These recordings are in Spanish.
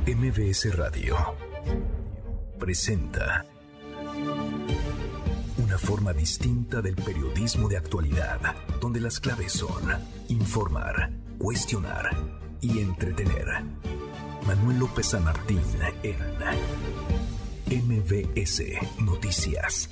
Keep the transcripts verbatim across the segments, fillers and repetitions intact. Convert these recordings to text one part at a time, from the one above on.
M B S Radio presenta una forma distinta del periodismo de actualidad, donde las claves son informar, cuestionar y entretener. Manuel López San Martín en M B S Noticias.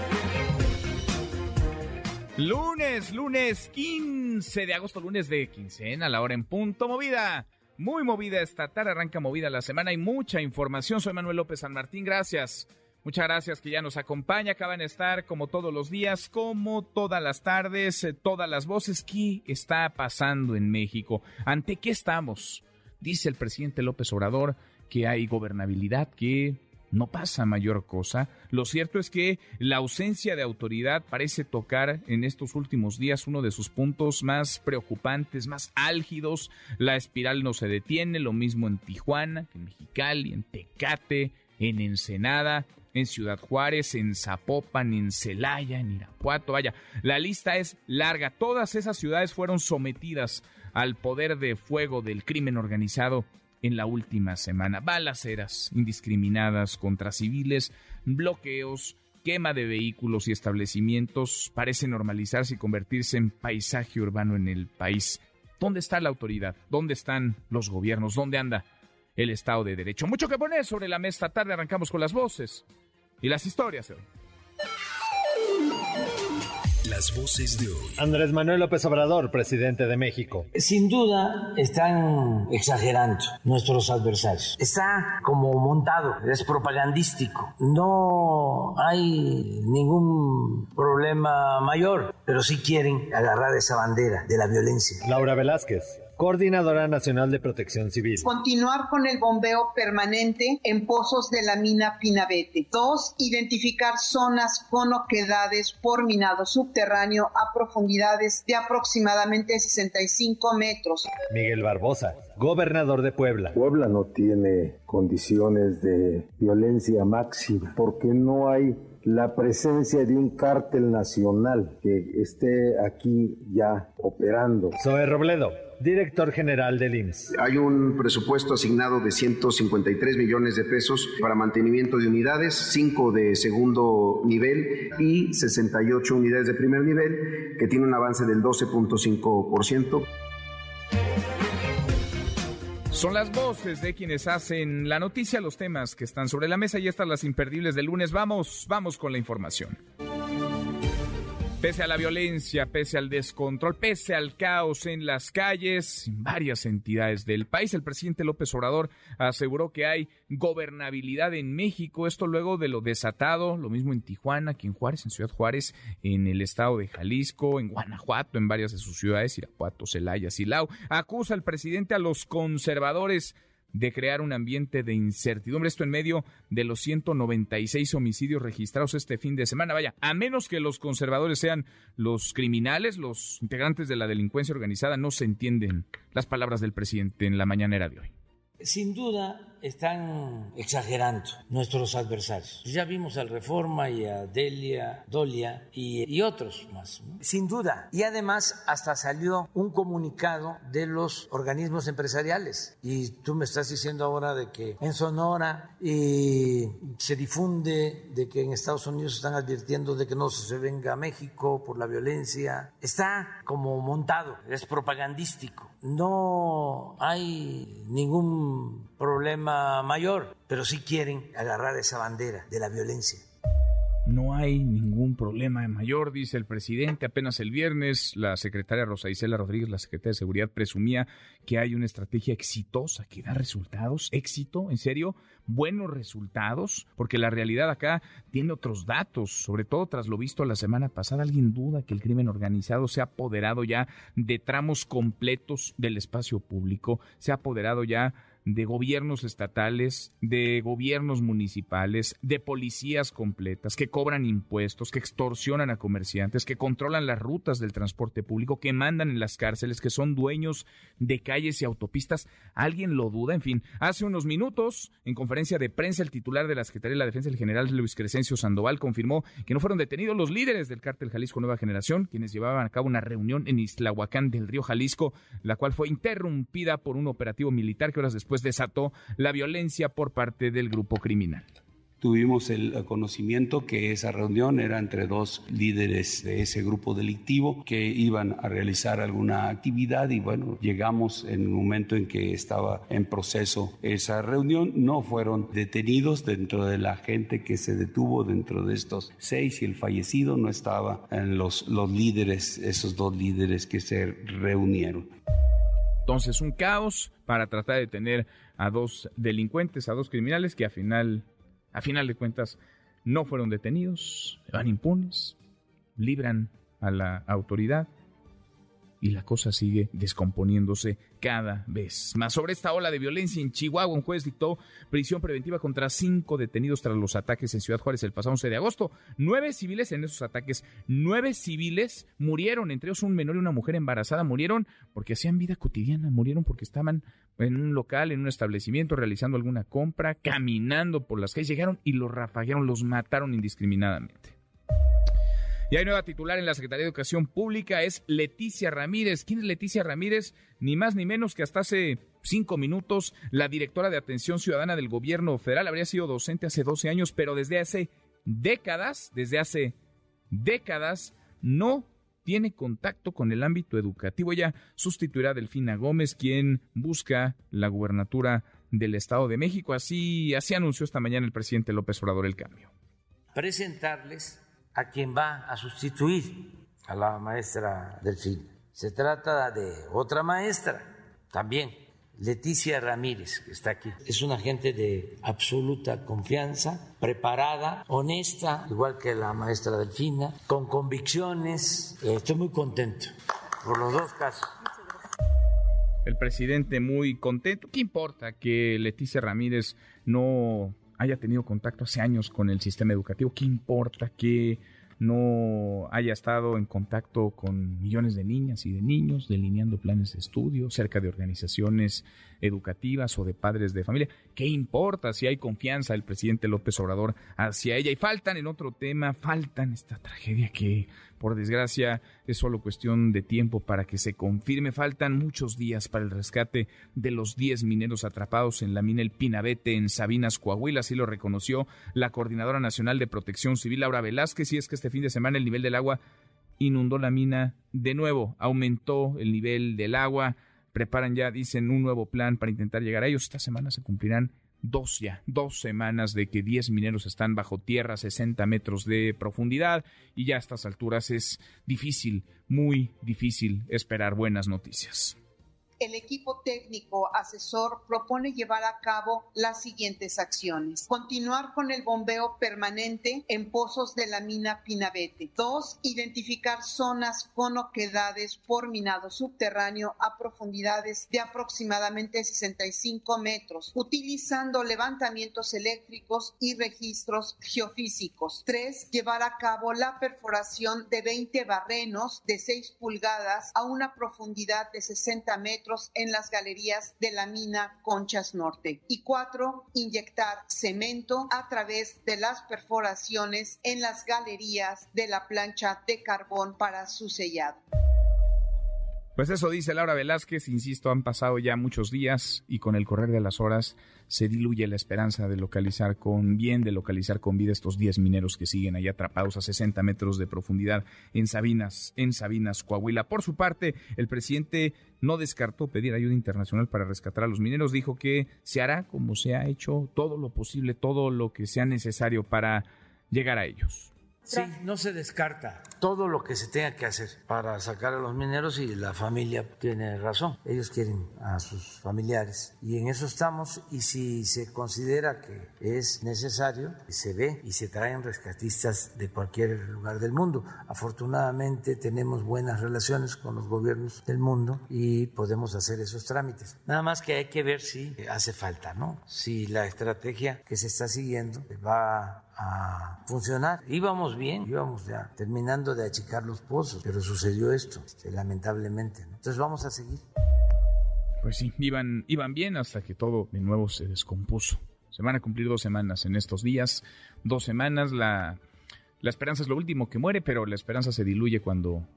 Lunes, lunes quince de agosto, lunes de quincena, a la hora en punto, movida. Muy movida esta tarde, arranca movida la semana y mucha información. Soy Manuel López San Martín, gracias. Muchas gracias que ya nos acompaña. Acaban de estar como todos los días, como todas las tardes, eh, todas las voces. ¿Qué está pasando en México? ¿Ante qué estamos? Dice el presidente López Obrador que hay gobernabilidad, que no pasa mayor cosa. Lo cierto es que la ausencia de autoridad parece tocar en estos últimos días uno de sus puntos más preocupantes, más álgidos. La espiral no se detiene, lo mismo en Tijuana, en Mexicali, en Tecate, en Ensenada, en Ciudad Juárez, en Zapopan, en Celaya, en Irapuato. Vaya, la lista es larga. Todas esas ciudades fueron sometidas al poder de fuego del crimen organizado en la última semana. Balaceras indiscriminadas contra civiles, bloqueos, quema de vehículos y establecimientos parecen normalizarse y convertirse en paisaje urbano en el país. ¿Dónde está la autoridad? ¿Dónde están los gobiernos? ¿Dónde anda el Estado de Derecho? Mucho que poner sobre la mesa. Esta tarde arrancamos con las voces y las historias de hoy. Las voces de hoy. Andrés Manuel López Obrador, presidente de México. Sin duda están exagerando nuestros adversarios. Está como montado, es propagandístico. No hay ningún problema mayor, pero sí quieren agarrar esa bandera de la violencia. Laura Velázquez, Coordinadora Nacional de Protección Civil. Continuar con el bombeo permanente en pozos de la mina Pinabete. Dos, identificar zonas con oquedades por minado subterráneo a profundidades de aproximadamente sesenta y cinco metros. Miguel Barbosa, Gobernador de Puebla. Puebla no tiene condiciones de violencia máxima porque no hay la presencia de un cártel nacional que esté aquí ya operando. Zoe Robledo, Director General del I M S S. Hay un presupuesto asignado de ciento cincuenta y tres millones de pesos para mantenimiento de unidades, cinco de segundo nivel y sesenta y ocho unidades de primer nivel, que tiene un avance del doce punto cinco por ciento. Son las voces de quienes hacen la noticia, los temas que están sobre la mesa y estas las imperdibles del lunes. Vamos, vamos con la información. Pese a la violencia, pese al descontrol, pese al caos en las calles, en varias entidades del país, el presidente López Obrador aseguró que hay gobernabilidad en México. Esto luego de lo desatado, lo mismo en Tijuana, aquí en Juárez, en Ciudad Juárez, en el estado de Jalisco, en Guanajuato, en varias de sus ciudades, Irapuato, Celaya, Silao. Acusa al presidente a los conservadores de crear un ambiente de incertidumbre, esto en medio de los ciento noventa y seis homicidios registrados este fin de semana. Vaya, a menos que los conservadores sean los criminales, los integrantes de la delincuencia organizada, no se entienden las palabras del presidente en la mañanera de hoy. Sin duda están exagerando nuestros adversarios. Ya vimos al Reforma y a Delia, Dolia y, y otros más, ¿no? Sin duda. Y además hasta salió un comunicado de los organismos empresariales. Y tú me estás diciendo ahora de que en Sonora y se difunde de que en Estados Unidos están advirtiendo de que no se venga a México por la violencia. Está como montado, es propagandístico. No hay ningún problema mayor, pero sí quieren agarrar esa bandera de la violencia. No hay ningún problema mayor, dice el presidente. Apenas el viernes, la secretaria Rosa Isela Rodríguez, la secretaria de Seguridad, presumía que hay una estrategia exitosa que da resultados. ¿Éxito? ¿En serio? ¿Buenos resultados? Porque la realidad acá tiene otros datos, sobre todo tras lo visto la semana pasada. ¿Alguien duda que el crimen organizado se ha apoderado ya de tramos completos del espacio público? Se ha apoderado ya de gobiernos estatales, de gobiernos municipales, de policías completas que cobran impuestos, que extorsionan a comerciantes, que controlan las rutas del transporte público, que mandan en las cárceles, que son dueños de calles y autopistas. ¿Alguien lo duda? En fin, hace unos minutos, en conferencia de prensa, el titular de la Secretaría de la Defensa, el general Luis Crescencio Sandoval, confirmó que no fueron detenidos los líderes del cártel Jalisco Nueva Generación, quienes llevaban a cabo una reunión en Ixtlahuacán del Río Jalisco, la cual fue interrumpida por un operativo militar que horas después después desató la violencia por parte del grupo criminal. Tuvimos el conocimiento que esa reunión era entre dos líderes de ese grupo delictivo que iban a realizar alguna actividad y bueno, llegamos en el momento en que estaba en proceso esa reunión. No fueron detenidos dentro de la gente que se detuvo dentro de estos seis y el fallecido no estaba en los, los líderes, esos dos líderes que se reunieron. Entonces un caos para tratar de detener a dos delincuentes, a dos criminales que a final... A final de cuentas, no fueron detenidos, van impunes, libran a la autoridad y la cosa sigue descomponiéndose cada vez más. Sobre esta ola de violencia en Chihuahua, un juez dictó prisión preventiva contra cinco detenidos tras los ataques en Ciudad Juárez el pasado once de agosto. Nueve civiles en esos ataques, nueve civiles murieron, entre ellos un menor y una mujer embarazada, murieron porque hacían vida cotidiana, murieron porque estaban en un local, en un establecimiento, realizando alguna compra, caminando por las calles, llegaron y los rafaguearon, los mataron indiscriminadamente. Y hay nueva titular en la Secretaría de Educación Pública, es Leticia Ramírez. ¿Quién es Leticia Ramírez? Ni más ni menos que hasta hace cinco minutos la directora de Atención Ciudadana del Gobierno Federal. Habría sido docente hace doce años, pero desde hace décadas, desde hace décadas, no tiene contacto con el ámbito educativo. Ella sustituirá a Delfina Gómez, quien busca la gubernatura del Estado de México. Así, así anunció esta mañana el presidente López Obrador el cambio. Presentarles a quien va a sustituir a la maestra Delfina. Se trata de otra maestra, también, Leticia Ramírez, que está aquí. Es una gente de absoluta confianza, preparada, honesta, igual que la maestra Delfina, con convicciones. Estoy muy contento por los dos casos. El presidente muy contento. ¿Qué importa que Leticia Ramírez no haya tenido contacto hace años con el sistema educativo? ¿Qué importa que no haya estado en contacto con millones de niñas y de niños, delineando planes de estudio, cerca de organizaciones educativas o de padres de familia? ¿Qué importa si hay confianza del presidente López Obrador hacia ella? Y faltan en otro tema, faltan esta tragedia que, por desgracia, es solo cuestión de tiempo para que se confirme. Faltan muchos días para el rescate de los diez mineros atrapados en la mina El Pinabete en Sabinas, Coahuila. Así lo reconoció la Coordinadora Nacional de Protección Civil, Laura Velázquez, y es que este fin de semana el nivel del agua inundó la mina de nuevo, aumentó el nivel del agua. Preparan ya, dicen, un nuevo plan para intentar llegar a ellos. Esta semana se cumplirán dos ya, dos semanas de que diez mineros están bajo tierra, sesenta metros de profundidad, y ya a estas alturas es difícil, muy difícil esperar buenas noticias. El equipo técnico asesor propone llevar a cabo las siguientes acciones. Continuar con el bombeo permanente en pozos de la mina Pinabete. Dos, identificar zonas con oquedades por minado subterráneo a profundidades de aproximadamente sesenta y cinco metros, utilizando levantamientos eléctricos y registros geofísicos. Tres, llevar a cabo la perforación de veinte barrenos de seis pulgadas a una profundidad de sesenta metros en las galerías de la mina Conchas Norte. Y cuatro, inyectar cemento a través de las perforaciones en las galerías de la plancha de carbón para su sellado. Pues eso dice Laura Velázquez, insisto, han pasado ya muchos días y con el correr de las horas se diluye la esperanza de localizar con bien, de localizar con vida estos diez mineros que siguen ahí atrapados a sesenta metros de profundidad en Sabinas, en Sabinas, Coahuila. Por su parte, el presidente no descartó pedir ayuda internacional para rescatar a los mineros, dijo que se hará como se ha hecho todo lo posible, todo lo que sea necesario para llegar a ellos. Sí, no se descarta todo lo que se tenga que hacer para sacar a los mineros, y la familia tiene razón. Ellos quieren a sus familiares y en eso estamos, y si se considera que es necesario, se ve y se traen rescatistas de cualquier lugar del mundo. Afortunadamente tenemos buenas relaciones con los gobiernos del mundo y podemos hacer esos trámites. Nada más que hay que ver si hace falta, ¿no? Si la estrategia que se está siguiendo va a funcionar. Íbamos bien, íbamos ya terminando de achicar los pozos, pero sucedió esto, este, lamentablemente, ¿no? Entonces vamos a seguir. Pues sí, iban, iban bien hasta que todo de nuevo se descompuso. Se van a cumplir dos semanas en estos días, dos semanas, la, la esperanza es lo último que muere, pero la esperanza se diluye cuando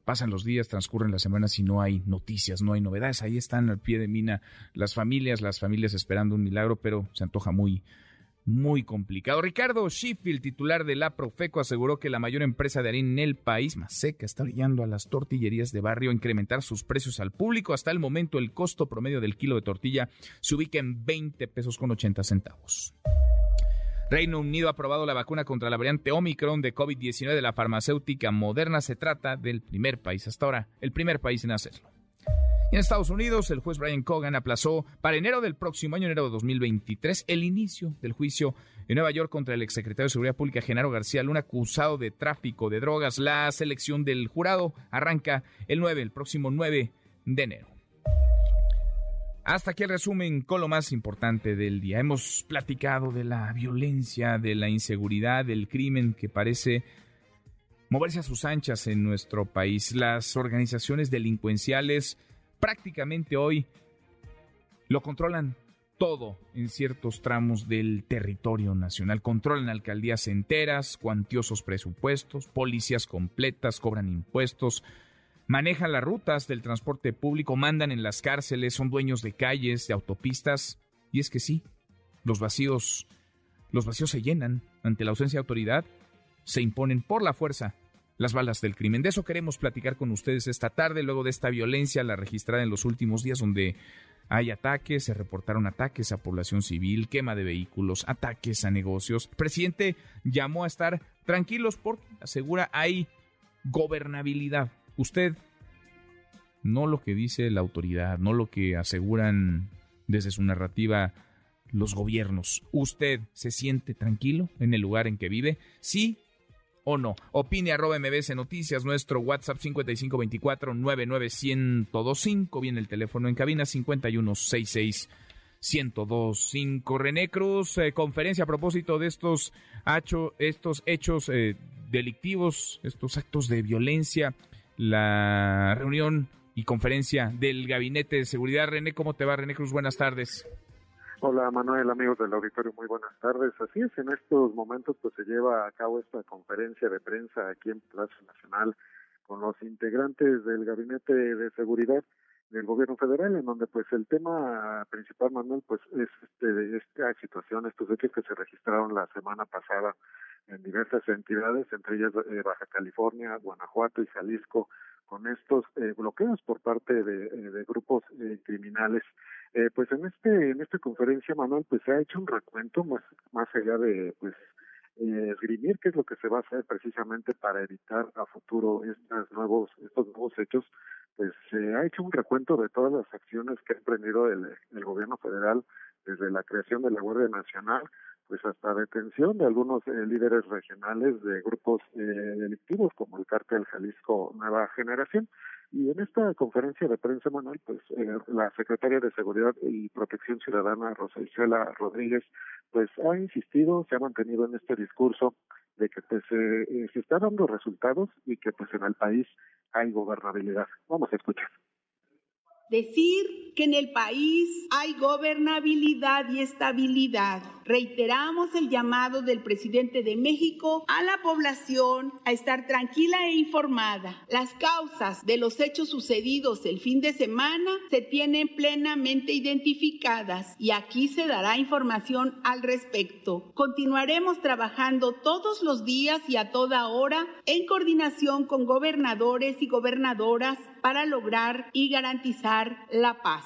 pasan los días, transcurren las semanas y no hay noticias, no hay novedades. Ahí están al pie de mina las familias, las familias esperando un milagro, pero se antoja muy, muy complicado. Ricardo Sheffield, titular de la Profeco, aseguró que la mayor empresa de harina en el país, Maseca, está orillando a las tortillerías de barrio a incrementar sus precios al público. Hasta el momento, el costo promedio del kilo de tortilla se ubica en veinte pesos con ochenta centavos. Reino Unido ha aprobado la vacuna contra la variante Omicron de COVID diecinueve de la farmacéutica Moderna. Se trata del primer país hasta ahora, el primer país en hacerlo. Y en Estados Unidos, el juez Brian Cogan aplazó para enero del próximo año, enero de dos mil veintitrés, el inicio del juicio en Nueva York contra el exsecretario de Seguridad Pública, Genaro García Luna, acusado de tráfico de drogas. La selección del jurado arranca el nueve, el próximo nueve de enero. Hasta aquí el resumen con lo más importante del día. Hemos platicado de la violencia, de la inseguridad, del crimen que parece moverse a sus anchas en nuestro país. Las organizaciones delincuenciales prácticamente hoy lo controlan todo en ciertos tramos del territorio nacional. Controlan alcaldías enteras, cuantiosos presupuestos, policías completas, cobran impuestos, manejan las rutas del transporte público, mandan en las cárceles, son dueños de calles, de autopistas. Y es que sí, los vacíos, los vacíos se llenan. Ante la ausencia de autoridad, se imponen por la fuerza las balas del crimen. De eso queremos platicar con ustedes esta tarde, luego de esta violencia, la registrada en los últimos días, donde hay ataques, se reportaron ataques a población civil, quema de vehículos, ataques a negocios. El presidente llamó a estar tranquilos porque asegura hay gobernabilidad. Usted, no lo que dice la autoridad, no lo que aseguran desde su narrativa los gobiernos. ¿Usted se siente tranquilo en el lugar en que vive? ¿Sí o no? Opine arroba M B S Noticias, nuestro WhatsApp cincuenta y cinco veinticuatro noventa y nueve ciento veinticinco, viene el teléfono en cabina cincuenta y uno sesenta y seis ciento veinticinco. René Cruz, eh, conferencia a propósito de estos, hacho, estos hechos eh, delictivos, estos actos de violencia. La reunión y conferencia del Gabinete de Seguridad. René, ¿cómo te va? René Cruz, buenas tardes. Hola Manuel, amigos del auditorio, muy buenas tardes. Así es, en estos momentos pues se lleva a cabo esta conferencia de prensa aquí en Palacio Nacional con los integrantes del Gabinete de Seguridad del Gobierno Federal, en donde pues el tema principal, Manuel, pues es este, esta situación, estos hechos que se registraron la semana pasada en diversas entidades, entre ellas eh, Baja California, Guanajuato y Jalisco, con estos eh, bloqueos por parte de, eh, de grupos eh, criminales. Eh, pues en este en esta conferencia, Manuel, pues se ha hecho un recuento más más allá de pues eh, esgrimir qué es lo que se va a hacer precisamente para evitar a futuro estos nuevos estos nuevos hechos. Pues se ha hecho un recuento de todas las acciones que ha emprendido el, el gobierno federal desde la creación de la Guardia Nacional, pues hasta detención de algunos eh, líderes regionales de grupos eh, delictivos como el Cártel Jalisco Nueva Generación. Y en esta conferencia de prensa, Manuel, pues eh, la secretaria de Seguridad y Protección Ciudadana, Rosa Isela Rodríguez, pues ha insistido, se ha mantenido en este discurso de que pues eh, eh, se está dando resultados y que pues en el país hay gobernabilidad. Vamos a escuchar. Decir que en el país hay gobernabilidad y estabilidad. Reiteramos el llamado del presidente de México a la población a estar tranquila e informada. Las causas de los hechos sucedidos el fin de semana se tienen plenamente identificadas y aquí se dará información al respecto. Continuaremos trabajando todos los días y a toda hora en coordinación con gobernadores y gobernadoras para lograr y garantizar la paz.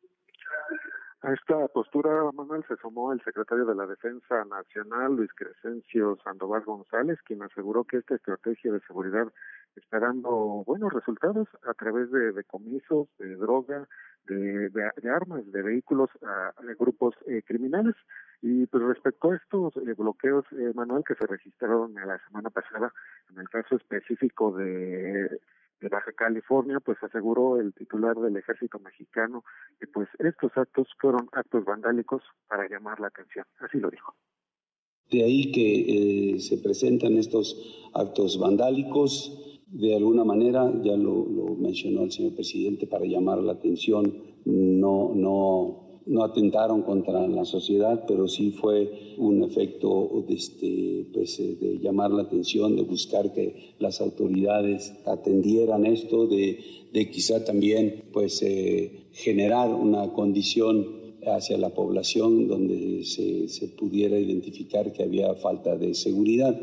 A esta postura, Manuel, se sumó el secretario de la Defensa Nacional, Luis Crescencio Sandoval González, quien aseguró que esta estrategia de seguridad está dando buenos resultados a través de decomisos de droga, de, de, de armas, de vehículos a, a grupos eh, criminales. Y pues respecto a estos eh, bloqueos, eh, Manuel, que se registraron la semana pasada, en el caso específico de... de Baja California, pues aseguró el titular del Ejército Mexicano que pues estos actos fueron actos vandálicos para llamar la atención, así lo dijo. De ahí que eh, se presentan estos actos vandálicos, de alguna manera, ya lo, lo mencionó el señor presidente, para llamar la atención, no, no no atentaron contra la sociedad, pero sí fue un efecto de, este, pues, de llamar la atención, de buscar que las autoridades atendieran esto, de, de quizá también pues, eh, generar una condición hacia la población donde se, se pudiera identificar que había falta de seguridad.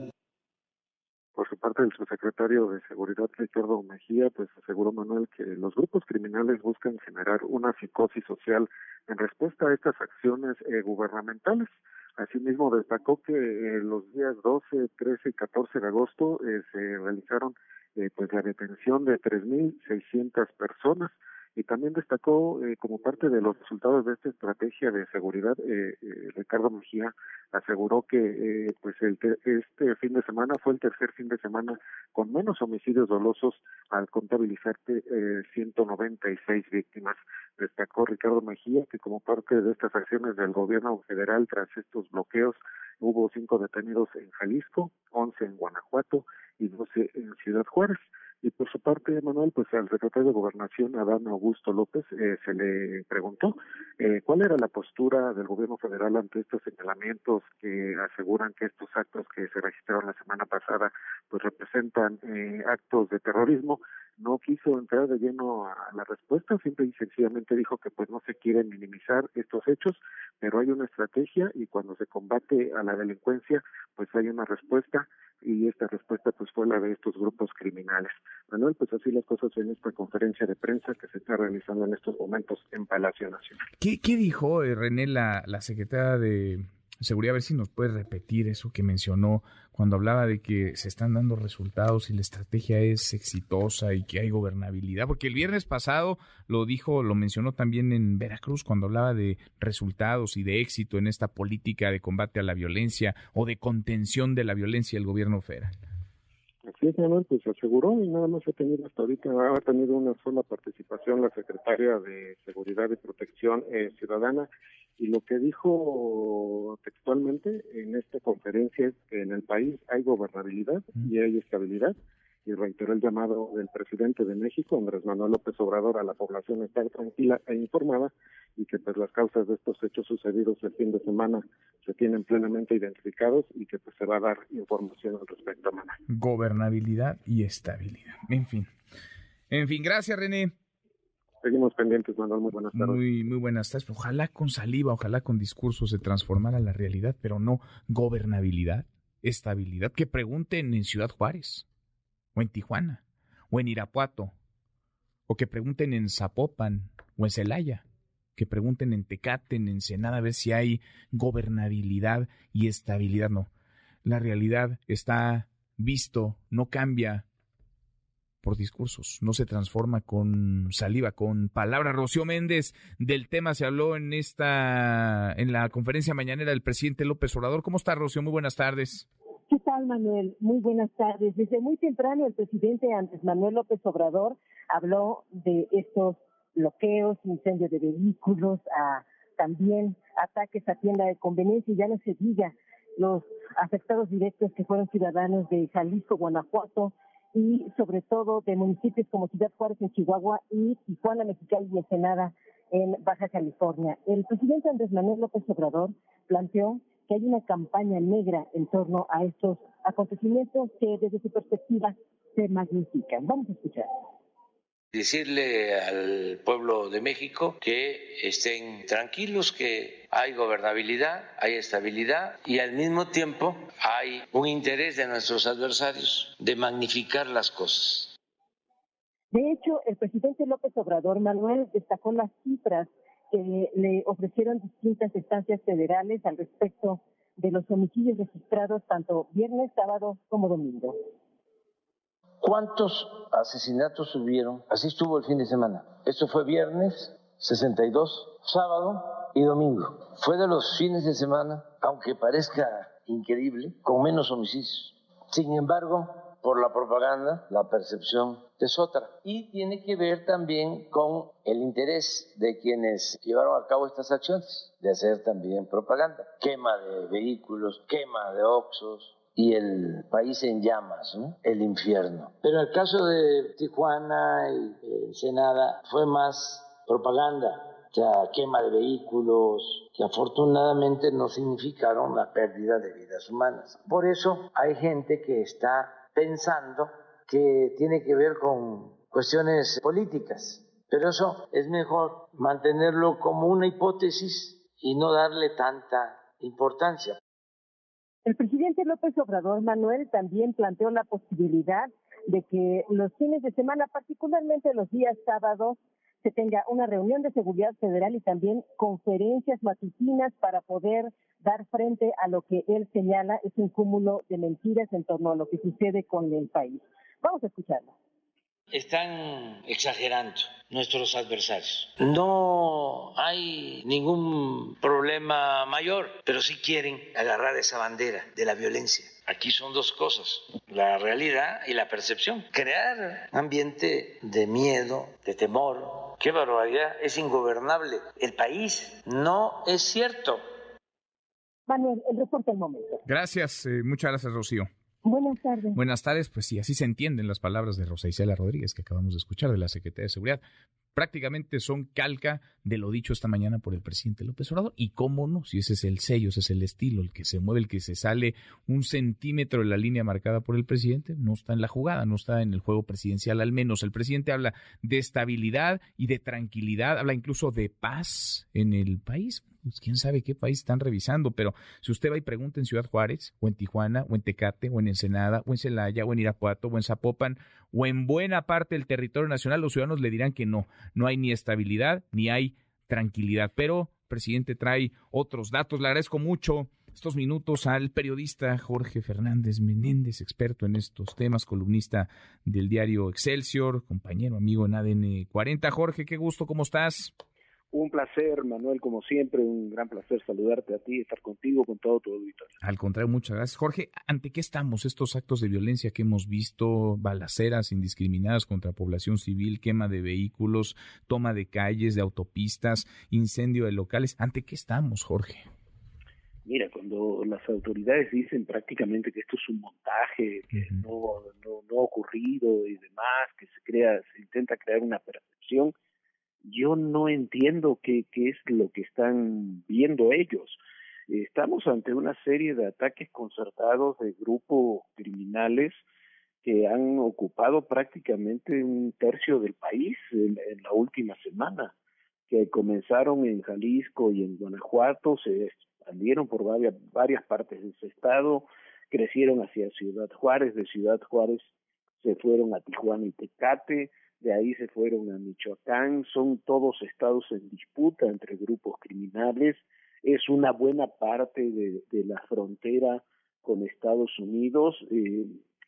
Por su parte, el subsecretario de Seguridad, Ricardo Mejía, pues aseguró, Manuel, que los grupos criminales buscan generar una psicosis social en respuesta a estas acciones eh, gubernamentales. Asimismo, destacó que eh, los días doce, trece y catorce de agosto eh, se realizaron eh, pues la detención de tres mil seiscientas personas. Y también destacó, eh, como parte de los resultados de esta estrategia de seguridad, eh, eh, Ricardo Mejía aseguró que eh, pues el te- este fin de semana fue el tercer fin de semana con menos homicidios dolosos al contabilizarse eh, ciento noventa y seis víctimas. Destacó Ricardo Mejía que como parte de estas acciones del gobierno federal tras estos bloqueos hubo cinco detenidos en Jalisco, once en Guanajuato y doce en Ciudad Juárez. Y por su parte, Manuel, pues al secretario de Gobernación, Adán Augusto López, eh, se le preguntó eh, cuál era la postura del gobierno federal ante estos señalamientos que aseguran que estos actos que se registraron la semana pasada pues representan eh, actos de terrorismo. No quiso entrar de lleno a la respuesta, simple y sencillamente dijo que pues no se quieren minimizar estos hechos, pero hay una estrategia y cuando se combate a la delincuencia, pues hay una respuesta y esta respuesta pues fue la de estos grupos criminales. Manuel, pues así las cosas en esta conferencia de prensa que se está realizando en estos momentos en Palacio Nacional. ¿Qué, qué dijo eh, René, la, la secretaria de Seguridad? A ver si nos puede repetir eso que mencionó cuando hablaba de que se están dando resultados y la estrategia es exitosa y que hay gobernabilidad, porque el viernes pasado lo dijo, lo mencionó también en Veracruz cuando hablaba de resultados y de éxito en esta política de combate a la violencia o de contención de la violencia del gobierno federal. Así es, Manuel, pues aseguró y nada más ha tenido hasta ahorita, ha tenido una sola participación la secretaria de Seguridad y Protección eh, Ciudadana, y lo que dijo textualmente en esta conferencia es que en el país hay gobernabilidad y hay estabilidad, y reiteró el llamado del presidente de México, Andrés Manuel López Obrador, a la población estar tranquila e informada, y que pues las causas de estos hechos sucedidos el fin de semana se tienen plenamente identificados y que pues se va a dar información al respecto, Manuel. Gobernabilidad y estabilidad. En fin. En fin, gracias, René. Seguimos pendientes, Manuel. Muy buenas tardes. Muy, muy buenas tardes. Ojalá con saliva, ojalá con discursos se transformara la realidad, pero no gobernabilidad, estabilidad. Que pregunten en Ciudad Juárez, o en Tijuana, o en Irapuato, o que pregunten en Zapopan, o en Celaya, que pregunten en Tecate, en Ensenada, a ver si hay gobernabilidad y estabilidad. No, la realidad está visto, no cambia por discursos, no se transforma con saliva, con palabras. Rocío Méndez, del tema se habló en esta, en la conferencia mañanera del presidente López Obrador. ¿Cómo está, Rocío? Muy buenas tardes. ¿Qué tal, Manuel? Muy buenas tardes. Desde muy temprano el presidente Andrés Manuel López Obrador habló de estos bloqueos, incendios de vehículos, a, también ataques a tienda de conveniencia, y ya no se diga los afectados directos que fueron ciudadanos de Jalisco, Guanajuato, y sobre todo de municipios como Ciudad Juárez en Chihuahua y Tijuana, Mexicali y Ensenada en Baja California. El presidente Andrés Manuel López Obrador planteó que hay una campaña negra en torno a estos acontecimientos que desde su perspectiva se magnifican. Vamos a escuchar. Decirle al pueblo de México que estén tranquilos, que hay gobernabilidad, hay estabilidad y al mismo tiempo hay un interés de nuestros adversarios de magnificar las cosas. De hecho, el presidente López Obrador, Manuel, destacó las cifras que le ofrecieron distintas instancias federales al respecto de los homicidios registrados tanto viernes, sábado como domingo. ¿Cuántos asesinatos hubieron? Así estuvo el fin de semana. Esto fue viernes, sesenta y dos, sábado y domingo. Fue de los fines de semana, aunque parezca increíble, con menos homicidios. Sin embargo, por la propaganda, la percepción es otra. Y tiene que ver también con el interés de quienes llevaron a cabo estas acciones, de hacer también propaganda. Quema de vehículos, quema de oxxos, y el país en llamas, ¿no? El infierno. Pero el caso de Tijuana y Ensenada fue más propaganda, que a quema de vehículos, que afortunadamente no significaron la pérdida de vidas humanas. Por eso hay gente que está pensando que tiene que ver con cuestiones políticas, pero eso es mejor mantenerlo como una hipótesis y no darle tanta importancia. El presidente López Obrador, Manuel, también planteó la posibilidad de que los fines de semana, particularmente los días sábados, se tenga una reunión de seguridad federal y también conferencias matutinas para poder dar frente a lo que él señala es un cúmulo de mentiras en torno a lo que sucede con el país. Vamos a escucharlo. Están exagerando nuestros adversarios. No hay ningún problema mayor, pero sí quieren agarrar esa bandera de la violencia. Aquí son dos cosas, la realidad y la percepción. Crear ambiente de miedo, de temor, qué barbaridad, es ingobernable. El país no es cierto. Manuel, el reporte al momento. Gracias, eh, muchas gracias, Rocío. Buenas tardes. Buenas tardes, pues sí, así se entienden las palabras de Rosa Isela Rodríguez que acabamos de escuchar de la Secretaría de Seguridad. Prácticamente son calca de lo dicho esta mañana por el presidente López Obrador. Y cómo no, si ese es el sello, ese es el estilo, el que se mueve, el que se sale un centímetro de la línea marcada por el presidente, no está en la jugada, no está en el juego presidencial al menos. El presidente habla de estabilidad y de tranquilidad, habla incluso de paz en el país. Pues quién sabe qué país están revisando, pero si usted va y pregunta en Ciudad Juárez, o en Tijuana, o en Tecate, o en Ensenada, o en Celaya, o en Irapuato, o en Zapopan, o en buena parte del territorio nacional, los ciudadanos le dirán que no, no hay ni estabilidad, ni hay tranquilidad. Pero el presidente trae otros datos. Le agradezco mucho estos minutos al periodista Jorge Fernández Menéndez, experto en estos temas, columnista del diario Excelsior, compañero, amigo en A D N cuarenta. Jorge, qué gusto, ¿cómo estás? Un placer, Manuel, como siempre, un gran placer saludarte a ti, estar contigo, con todo tu auditorio. Al contrario, muchas gracias. Jorge, ¿ante qué estamos? Estos actos de violencia que hemos visto, balaceras indiscriminadas contra población civil, quema de vehículos, toma de calles, de autopistas, incendio de locales, ¿ante qué estamos, Jorge? Mira, cuando las autoridades dicen prácticamente que esto es un montaje, que uh-huh. no, no, no ha ocurrido y demás, que se crea, se intenta crear una percepción, yo no entiendo qué, qué es lo que están viendo ellos. Estamos ante una serie de ataques concertados de grupos criminales que han ocupado prácticamente un tercio del país en, en la última semana, que comenzaron en Jalisco y en Guanajuato, se expandieron por varias, varias partes de ese estado, crecieron hacia Ciudad Juárez, de Ciudad Juárez se fueron a Tijuana y Tecate, de ahí se fueron a Michoacán, son todos estados en disputa entre grupos criminales, es una buena parte de, de la frontera con Estados Unidos. Eh,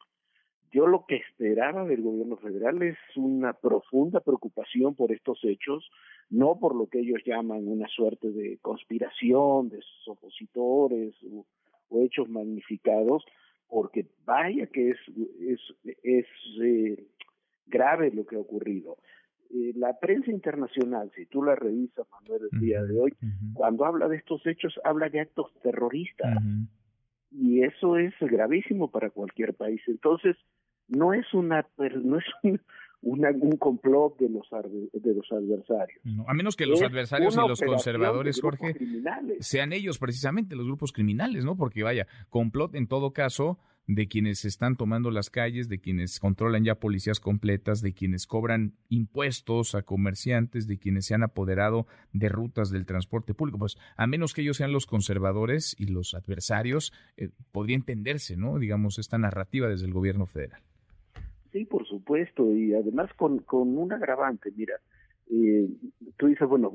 yo lo que esperaba del gobierno federal es una profunda preocupación por estos hechos, no por lo que ellos llaman una suerte de conspiración de sus opositores o, o hechos magnificados, porque vaya que es, es, es eh, grave lo que ha ocurrido. Eh, la prensa internacional, si tú la revisas, Manuel, el día de hoy, uh-huh. cuando habla de estos hechos, habla de actos terroristas. Uh-huh. Y eso es gravísimo para cualquier país. Entonces, no es una no es un, una, un complot de los de los adversarios. No, a menos que los es adversarios y los conservadores, Jorge, criminales. sean ellos precisamente los grupos criminales, ¿no? Porque vaya, complot en todo caso de quienes están tomando las calles, de quienes controlan ya policías completas, de quienes cobran impuestos a comerciantes, de quienes se han apoderado de rutas del transporte público. Pues a menos que ellos sean los conservadores y los adversarios, eh, podría entenderse, ¿no? Digamos, esta narrativa desde el gobierno federal. Sí, por supuesto, y además con, con un agravante. Mira, eh, tú dices, bueno,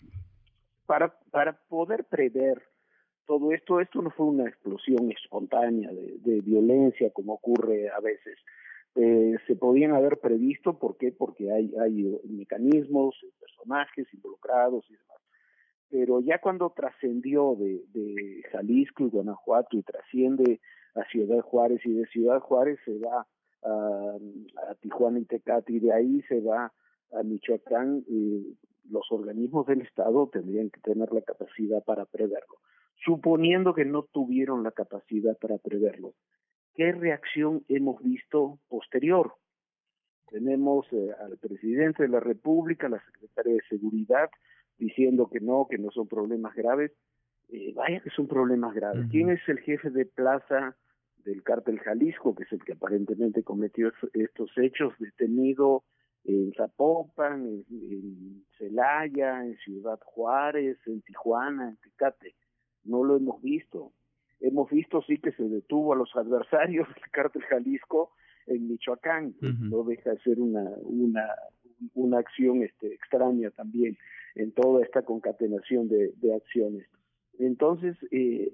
para, para poder prever todo esto, esto no fue una explosión espontánea de, de violencia como ocurre a veces. Eh, se podían haber previsto, ¿por qué? Porque hay, hay mecanismos, personajes involucrados y demás. Pero ya cuando trascendió de, de Jalisco y Guanajuato y trasciende a Ciudad Juárez y de Ciudad Juárez se va a, a Tijuana y Tecate y de ahí se va a Michoacán, eh, los organismos del Estado tendrían que tener la capacidad para preverlo. Suponiendo que no tuvieron la capacidad para preverlo, ¿qué reacción hemos visto posterior? Tenemos eh, al presidente de la República, la secretaria de Seguridad, diciendo que no, que no son problemas graves. Eh, vaya que son problemas graves. Uh-huh. ¿Quién es el jefe de plaza del cártel Jalisco, que es el que aparentemente cometió estos hechos, detenido en Zapopan, en, en Celaya, en Ciudad Juárez, en Tijuana, en Tecate? No lo hemos visto. Hemos visto sí que se detuvo a los adversarios del cártel Jalisco en Michoacán. Uh-huh. No deja de ser una una una acción este extraña también en toda esta concatenación de, de acciones. Entonces, eh,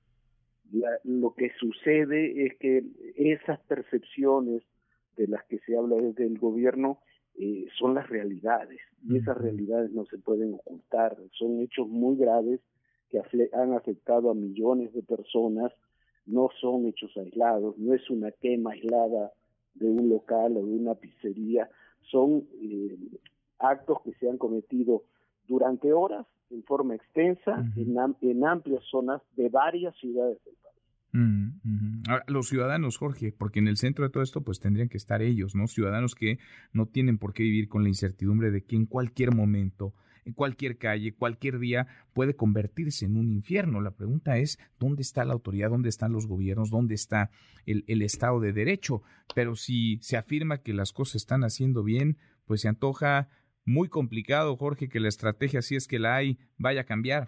la, lo que sucede es que esas percepciones de las que se habla desde el gobierno eh, son las realidades, y esas realidades no se pueden ocultar. Son hechos muy graves que afle- han afectado a millones de personas, no son hechos aislados, no es una quema aislada de un local o de una pizzería, son eh, actos que se han cometido durante horas, en forma extensa, uh-huh. en, am- en amplias zonas de varias ciudades del país. Uh-huh. Ahora, los ciudadanos, Jorge, porque en el centro de todo esto pues tendrían que estar ellos, ¿no? Ciudadanos que no tienen por qué vivir con la incertidumbre de que en cualquier momento, en cualquier calle, cualquier día puede convertirse en un infierno. La pregunta es, ¿dónde está la autoridad? ¿Dónde están los gobiernos? ¿Dónde está el, el Estado de Derecho? Pero si se afirma que las cosas están haciendo bien, pues se antoja muy complicado, Jorge, que la estrategia, si es que la hay, vaya a cambiar.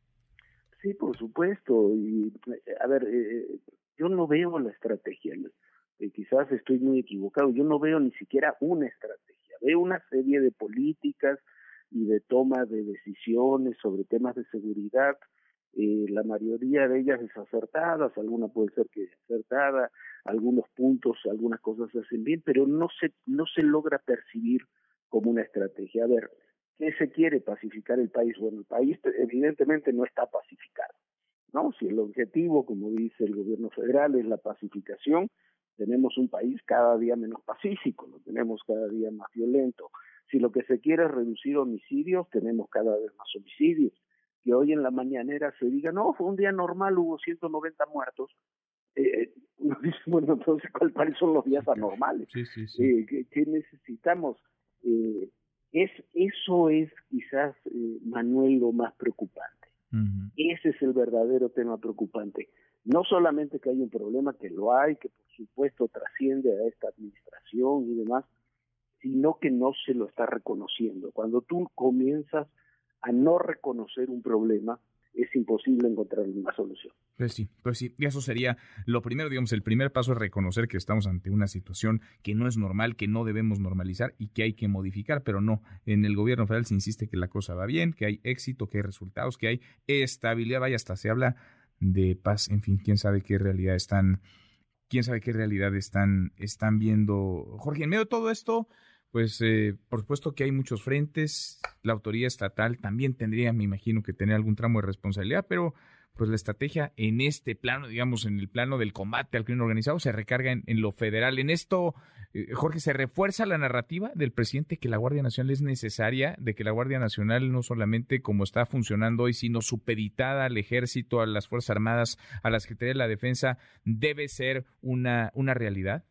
Sí, por supuesto. Y a ver, eh, yo no veo la estrategia. Eh, quizás estoy muy equivocado. Yo no veo ni siquiera una estrategia. Veo una serie de políticas y de toma de decisiones sobre temas de seguridad. Eh, la mayoría de ellas desacertadas, alguna puede ser que acertada, algunos puntos, algunas cosas se hacen bien, pero no se no se logra percibir como una estrategia. A ver, ¿qué se quiere? Pacificar el país. Bueno, el país evidentemente no está pacificado, ¿no? Si el objetivo, como dice el gobierno federal, es la pacificación, tenemos un país cada día menos pacífico, lo tenemos cada día más violento. Si lo que se quiere es reducir homicidios, tenemos cada vez más homicidios. Que hoy en la mañanera se diga, no, fue un día normal, hubo ciento noventa muertos. Eh, bueno, entonces, ¿cuáles son los días anormales? Sí, sí, sí. Eh, ¿qué, ¿Qué necesitamos? Eh, es Eso es quizás, eh, Manuel, lo más preocupante. Uh-huh. Ese es el verdadero tema preocupante. No solamente que hay un problema, que lo hay, que por supuesto trasciende a esta administración y demás, sino que no se lo está reconociendo. Cuando tú comienzas a no reconocer un problema, es imposible encontrar una solución. Pues sí, pues sí, y eso sería lo primero, digamos, el primer paso es reconocer que estamos ante una situación que no es normal, que no debemos normalizar y que hay que modificar, pero no, en el gobierno federal se insiste que la cosa va bien, que hay éxito, que hay resultados, que hay estabilidad, vaya, hasta se habla de paz, en fin, quién sabe qué realidad están, quién sabe qué realidad están, están viendo. Jorge, en medio de todo esto, pues eh, por supuesto que hay muchos frentes, la autoridad estatal también tendría, me imagino, que tener algún tramo de responsabilidad, pero pues la estrategia en este plano, digamos, en el plano del combate al crimen organizado, se recarga en, en lo federal. En esto, eh, Jorge, ¿se refuerza la narrativa del presidente que la Guardia Nacional es necesaria, de que la Guardia Nacional no solamente como está funcionando hoy, sino supeditada al Ejército, a las Fuerzas Armadas, a la Secretaría de la Defensa, debe ser una, una realidad?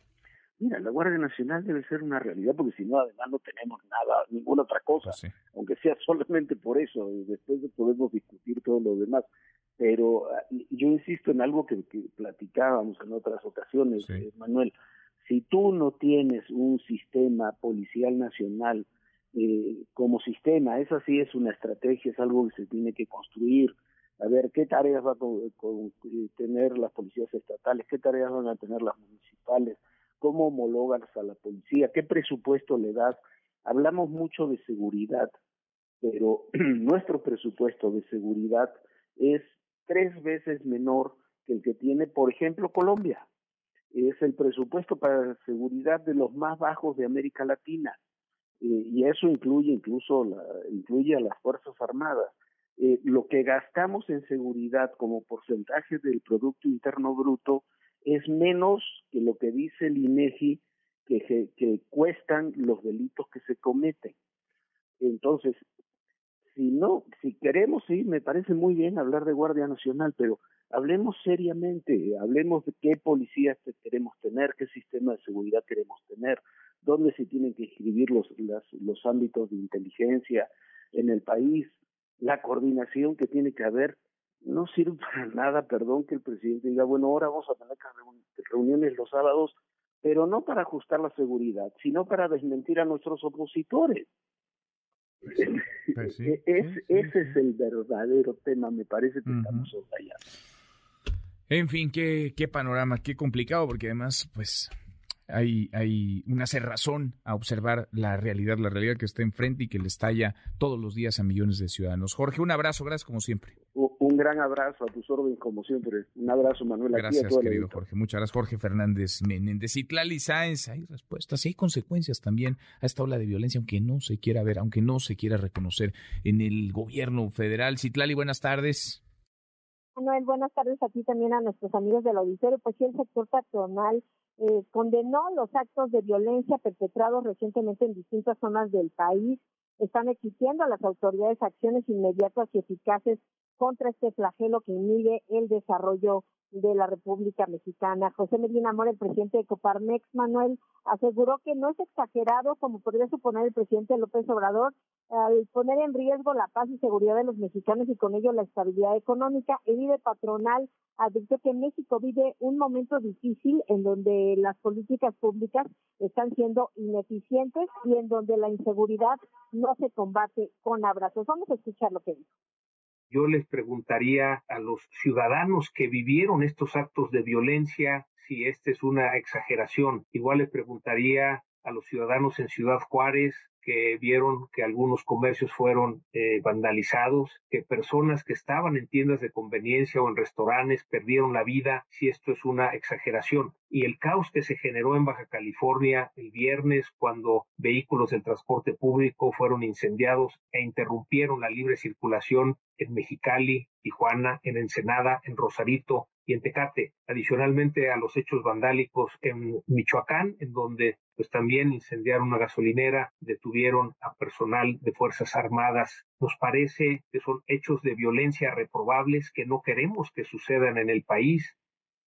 Mira, la Guardia Nacional debe ser una realidad, porque si no, además no tenemos nada, ninguna otra cosa, pues sí. Aunque sea solamente por eso, después podemos discutir todo lo demás. Pero yo insisto en algo que, que platicábamos en otras ocasiones, sí. eh, Manuel, si tú no tienes un sistema policial nacional eh, como sistema, esa sí es una estrategia, es algo que se tiene que construir. A ver, ¿qué tareas va a con, con, tener las policías estatales? ¿Qué tareas van a tener las municipales? ¿Cómo homologas a la policía? ¿Qué presupuesto le das? Hablamos mucho de seguridad, pero nuestro presupuesto de seguridad es tres veces menor que el que tiene, por ejemplo, Colombia. Es el presupuesto para seguridad de los más bajos de América Latina, eh, y eso incluye incluso la, incluye a las Fuerzas Armadas. Eh, lo que gastamos en seguridad como porcentaje del Producto Interno Bruto es menos que lo que dice el INEGI que, que, que cuestan los delitos que se cometen. Entonces, si no, si queremos, sí, me parece muy bien hablar de Guardia Nacional, pero hablemos seriamente, hablemos de qué policías queremos tener, qué sistema de seguridad queremos tener, dónde se tienen que inscribir los, las, los ámbitos de inteligencia, en el país, la coordinación que tiene que haber, no sirve para nada, perdón, que el presidente diga, bueno, ahora vamos a tener reuniones los sábados, pero no para ajustar la seguridad, sino para desmentir a nuestros opositores. Pues sí, es, sí, sí, ese sí. es el verdadero tema, me parece que uh-huh. estamos soslayando. En fin, qué, qué panorama, qué complicado, porque además, pues, hay, hay una cerrazón a observar la realidad, la realidad que está enfrente y que le estalla todos los días a millones de ciudadanos. Jorge, un abrazo, gracias como siempre. Un gran abrazo a tus órdenes como siempre. Un abrazo, Manuel. Gracias, aquí a querido Jorge. Muchas gracias, Jorge Fernández Menéndez. Citlali Sáenz, hay respuestas y hay consecuencias también a esta ola de violencia, aunque no se quiera ver, aunque no se quiera reconocer en el gobierno federal. Citlali, buenas tardes. Manuel, buenas tardes a ti también, a nuestros amigos del auditorio. Pues sí, el sector patronal eh, condenó los actos de violencia perpetrados recientemente en distintas zonas del país. Están exigiendo a las autoridades acciones inmediatas y eficaces contra este flagelo que inhibe el desarrollo de la República Mexicana. José Medina Mora, el presidente de Coparmex, Manuel, aseguró que no es exagerado, como podría suponer el presidente López Obrador, al poner en riesgo la paz y seguridad de los mexicanos y con ello la estabilidad económica. El líder patronal advirtió que México vive un momento difícil en donde las políticas públicas están siendo ineficientes y en donde la inseguridad no se combate con abrazos. Vamos a escuchar lo que dijo. Yo les preguntaría a los ciudadanos que vivieron estos actos de violencia si esta es una exageración. Igual les preguntaría a los ciudadanos en Ciudad Juárez que vieron que algunos comercios fueron eh, vandalizados, que personas que estaban en tiendas de conveniencia o en restaurantes perdieron la vida, si esto es una exageración. Y el caos que se generó en Baja California el viernes cuando vehículos del transporte público fueron incendiados e interrumpieron la libre circulación en Mexicali, Tijuana, en Ensenada, en Rosarito y en Tecate, adicionalmente a los hechos vandálicos en Michoacán, en donde pues también incendiaron una gasolinera, detuvieron a personal de Fuerzas Armadas. Nos parece que son hechos de violencia reprobables que no queremos que sucedan en el país.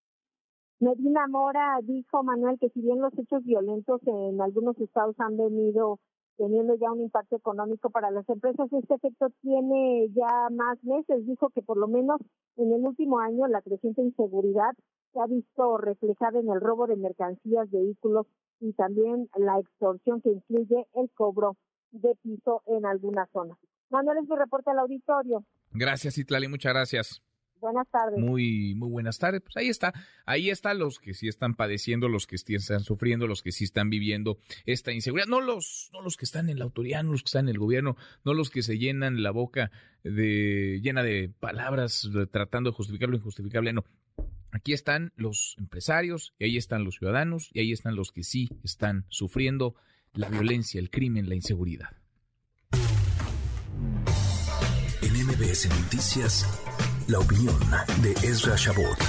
Medina Mora dijo, Manuel, que si bien los hechos violentos en algunos estados han venido teniendo ya un impacto económico para las empresas, este efecto tiene ya más meses. Dijo que por lo menos en el último año la creciente inseguridad se ha visto reflejada en el robo de mercancías, vehículos y también la extorsión que incluye el cobro de piso en algunas zonas. Manuel, es mi reporte al auditorio. Gracias, Citlali, muchas gracias. Buenas tardes. Muy, muy buenas tardes. Pues ahí está, ahí están los que sí están padeciendo, los que sí están sufriendo, los que sí están viviendo esta inseguridad. No los, no los que están en la autoridad, no los que están en el gobierno, no los que se llenan la boca de llena de palabras de, tratando de justificar lo injustificable. No, aquí están los empresarios, y ahí están los ciudadanos, y ahí están los que sí están sufriendo la violencia, el crimen, la inseguridad. En M B S Noticias, la opinión de Ezra Shabot.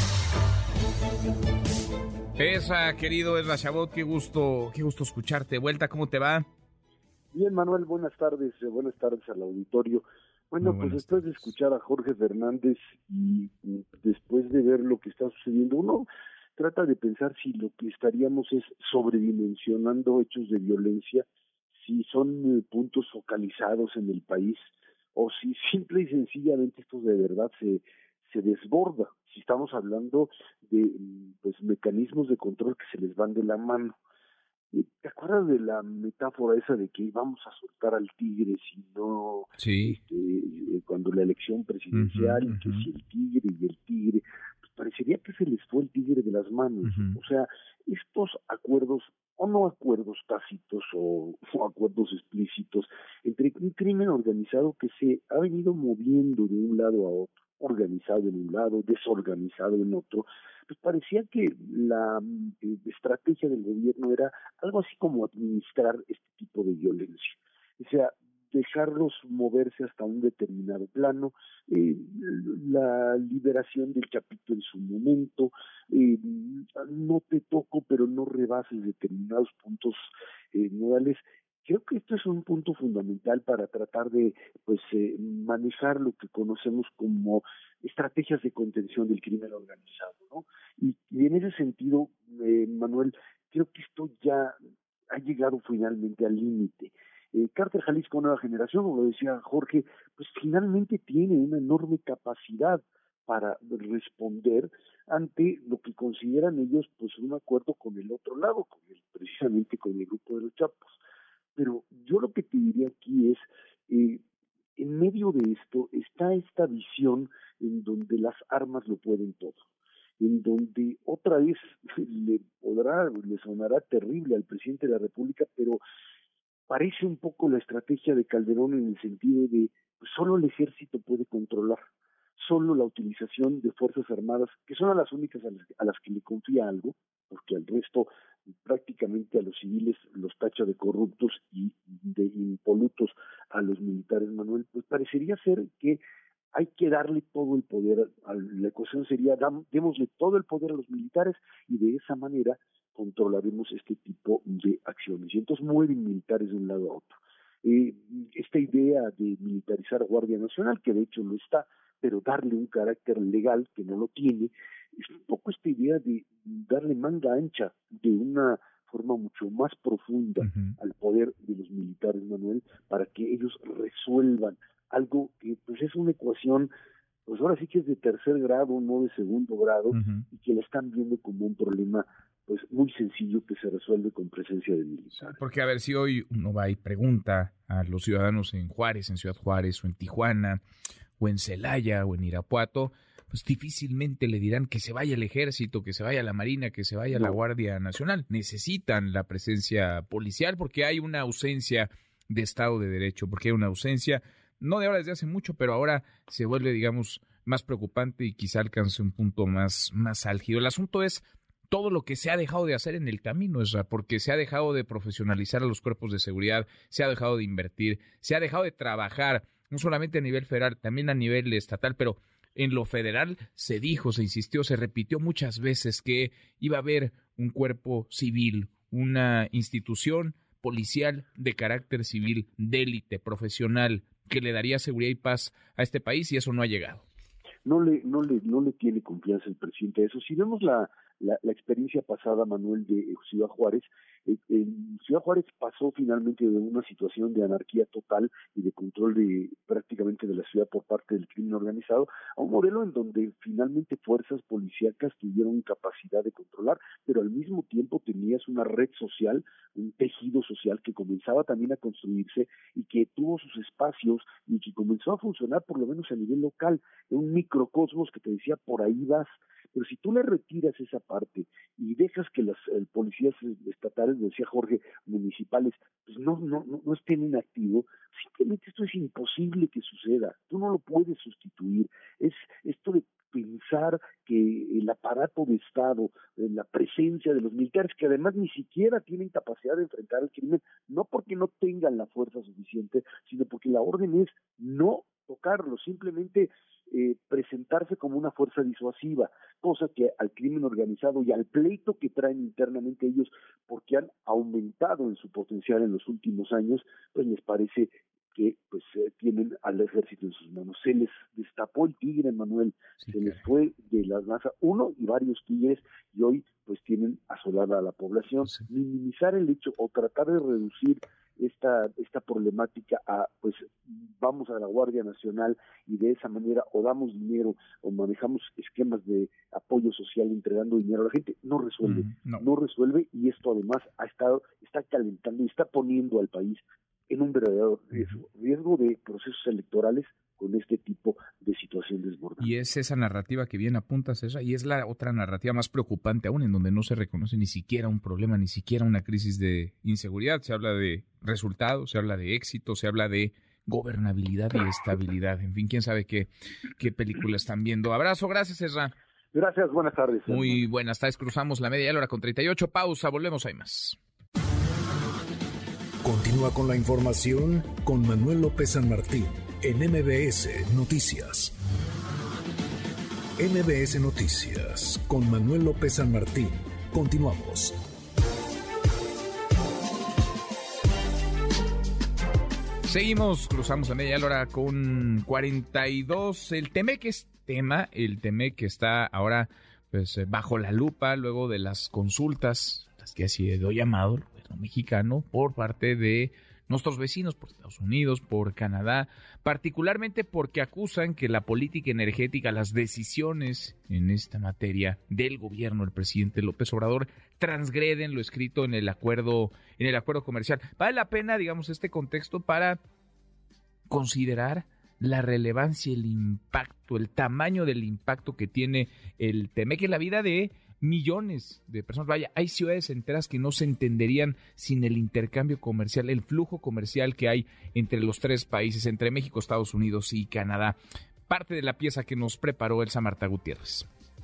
Ezra, querido Ezra Shabot, qué gusto, qué gusto escucharte de vuelta. ¿Cómo te va? Bien, Manuel, buenas tardes, eh, buenas tardes al auditorio. Bueno, pues después tardes. de escuchar a Jorge Fernández y, y después de ver lo que está sucediendo, uno trata de pensar si lo que estaríamos es sobredimensionando hechos de violencia, si son eh, puntos focalizados en el país, o si simple y sencillamente esto de verdad se, se desborda, si estamos hablando de pues mecanismos de control que se les van de la mano. ¿Te acuerdas de la metáfora esa de que vamos a soltar al tigre si no, sí. este, cuando la elección presidencial, uh-huh, y que uh-huh. si el tigre y el tigre, pues parecería que se les fue el tigre de las manos? Uh-huh. O sea, estos acuerdos o no acuerdos tácitos o, o acuerdos explícitos entre un crimen organizado que se ha venido moviendo de un lado a otro, organizado en un lado, desorganizado en otro, pues parecía que la eh, estrategia del gobierno era algo así como administrar este tipo de violencia, o sea, dejarlos moverse hasta un determinado plano, eh, la liberación del Chapito en su momento, eh, no te toco pero no rebases determinados puntos eh, modales. Creo que esto es un punto fundamental para tratar de pues eh, manejar lo que conocemos como estrategias de contención del crimen organizado, ¿no? Y, y en ese sentido, eh, Manuel, creo que esto ya ha llegado finalmente al límite. Eh, Cártel Jalisco Nueva Generación, como lo decía Jorge, pues finalmente tiene una enorme capacidad para responder ante lo que consideran ellos pues un acuerdo con el otro lado, con el, precisamente con el grupo de los Chapos. Pero yo lo que te diría aquí es, eh, en medio de esto está esta visión en donde las armas lo pueden todo, en donde otra vez le podrá, le sonará terrible al presidente de la República, pero parece un poco la estrategia de Calderón en el sentido de pues, solo el ejército puede controlar, solo la utilización de fuerzas armadas, que son a las únicas a las, a las que le confía algo, porque al resto prácticamente a los civiles los tacha de corruptos y de impolutos a los militares, Manuel, pues parecería ser que hay que darle todo el poder, a la ecuación sería, dam, démosle todo el poder a los militares y de esa manera controlaremos este tipo de acciones. Y entonces mueven militares de un lado a otro. Eh, esta idea de militarizar Guardia Nacional, que de hecho lo está, pero darle un carácter legal que no lo tiene, es un poco esta idea de darle manga ancha de una forma mucho más profunda uh-huh. al poder de los militares, Manuel, para que ellos resuelvan algo que pues es una ecuación, pues ahora sí que es de tercer grado, no de segundo grado, uh-huh. y que la están viendo como un problema pues muy sencillo que se resuelve con presencia de militares. Porque a ver, si hoy uno va y pregunta a los ciudadanos en Juárez, en Ciudad Juárez, o en Tijuana, o en Celaya, o en Irapuato, pues difícilmente le dirán que se vaya el ejército, que se vaya la Marina, que se vaya no. la Guardia Nacional. Necesitan la presencia policial porque hay una ausencia de Estado de Derecho, porque hay una ausencia, no de ahora desde hace mucho, pero ahora se vuelve, digamos, más preocupante y quizá alcance un punto más, más álgido. El asunto es todo lo que se ha dejado de hacer en el camino, Ezra, porque se ha dejado de profesionalizar a los cuerpos de seguridad, se ha dejado de invertir, se ha dejado de trabajar, no solamente a nivel federal, también a nivel estatal, pero en lo federal se dijo, se insistió, se repitió muchas veces que iba a haber un cuerpo civil, una institución policial de carácter civil, de élite, profesional, que le daría seguridad y paz a este país, y eso no ha llegado. No le, no le, no le tiene confianza el presidente a eso. Si vemos la, la, la experiencia pasada, Manuel, de Ciudad Juárez, eh, en Ciudad Juárez pasó finalmente de una situación de anarquía total y de control de prácticamente de la ciudad por parte del crimen organizado a un modelo en donde finalmente fuerzas policíacas tuvieron capacidad de controlar, pero al mismo tiempo tenías una red social, un tejido social que comenzaba también a construirse y que tuvo sus espacios y que comenzó a funcionar por lo menos a nivel local, en un microcosmos que te decía por ahí vas. Pero si tú le retiras esa parte y dejas que las el, policías estatales, decía Jorge, municipales, pues no, no, no, no estén en activo, simplemente esto es imposible que suceda. Tú no lo puedes sustituir. Es esto de pensar que el aparato de Estado, la presencia de los militares, que además ni siquiera tienen capacidad de enfrentar el crimen, no porque no tengan la fuerza suficiente, sino porque la orden es no tocarlo, simplemente eh, presentarse como una fuerza disuasiva, cosa que al crimen organizado y al pleito que traen internamente ellos, porque han aumentado en su potencial en los últimos años, pues les parece que pues eh, tienen al ejército en sus manos. Se les destapó el tigre, Manuel, sí, se les fue de las masas uno y varios tigres, y hoy pues tienen asolada a la población. Sí. Minimizar el hecho o tratar de reducir esta esta problemática a pues vamos a la Guardia Nacional y de esa manera o damos dinero o manejamos esquemas de apoyo social entregando dinero a la gente, no resuelve, mm, no. no resuelve, y esto además ha estado está calentando y está poniendo al país en un verdadero riesgo, riesgo de procesos electorales con este tipo de situación desbordada. Y es esa narrativa que bien apuntas, esa, y es la otra narrativa más preocupante aún, en donde no se reconoce ni siquiera un problema, ni siquiera una crisis de inseguridad. Se habla de resultados, se habla de éxito, se habla de gobernabilidad y estabilidad. En fin, quién sabe qué, qué película están viendo. Abrazo, gracias, Ezra. Gracias, buenas tardes. Muy buenas tardes, cruzamos la media hora con treinta y ocho, pausa, volvemos, hay más. Continúa con la información con Manuel López San Martín en M B S Noticias. M B S Noticias con Manuel López San Martín. Continuamos. Seguimos, cruzamos la media hora con cuarenta y dos. El Temec es tema, el Temec que está ahora pues bajo la lupa luego de las consultas, las que ha sido llamado mexicano por parte de nuestros vecinos, por Estados Unidos, por Canadá, particularmente porque acusan que la política energética, las decisiones en esta materia del gobierno del presidente López Obrador transgreden lo escrito en el acuerdo, en el acuerdo comercial. Vale la pena, digamos, este contexto para considerar la relevancia, el impacto, el tamaño del impacto que tiene el TEMEC en la vida de millones de personas. Vaya, hay ciudades enteras que no se entenderían sin el intercambio comercial, el flujo comercial que hay entre los tres países, entre México, Estados Unidos y Canadá. Parte de la pieza que nos preparó Elsa Marta Gutiérrez.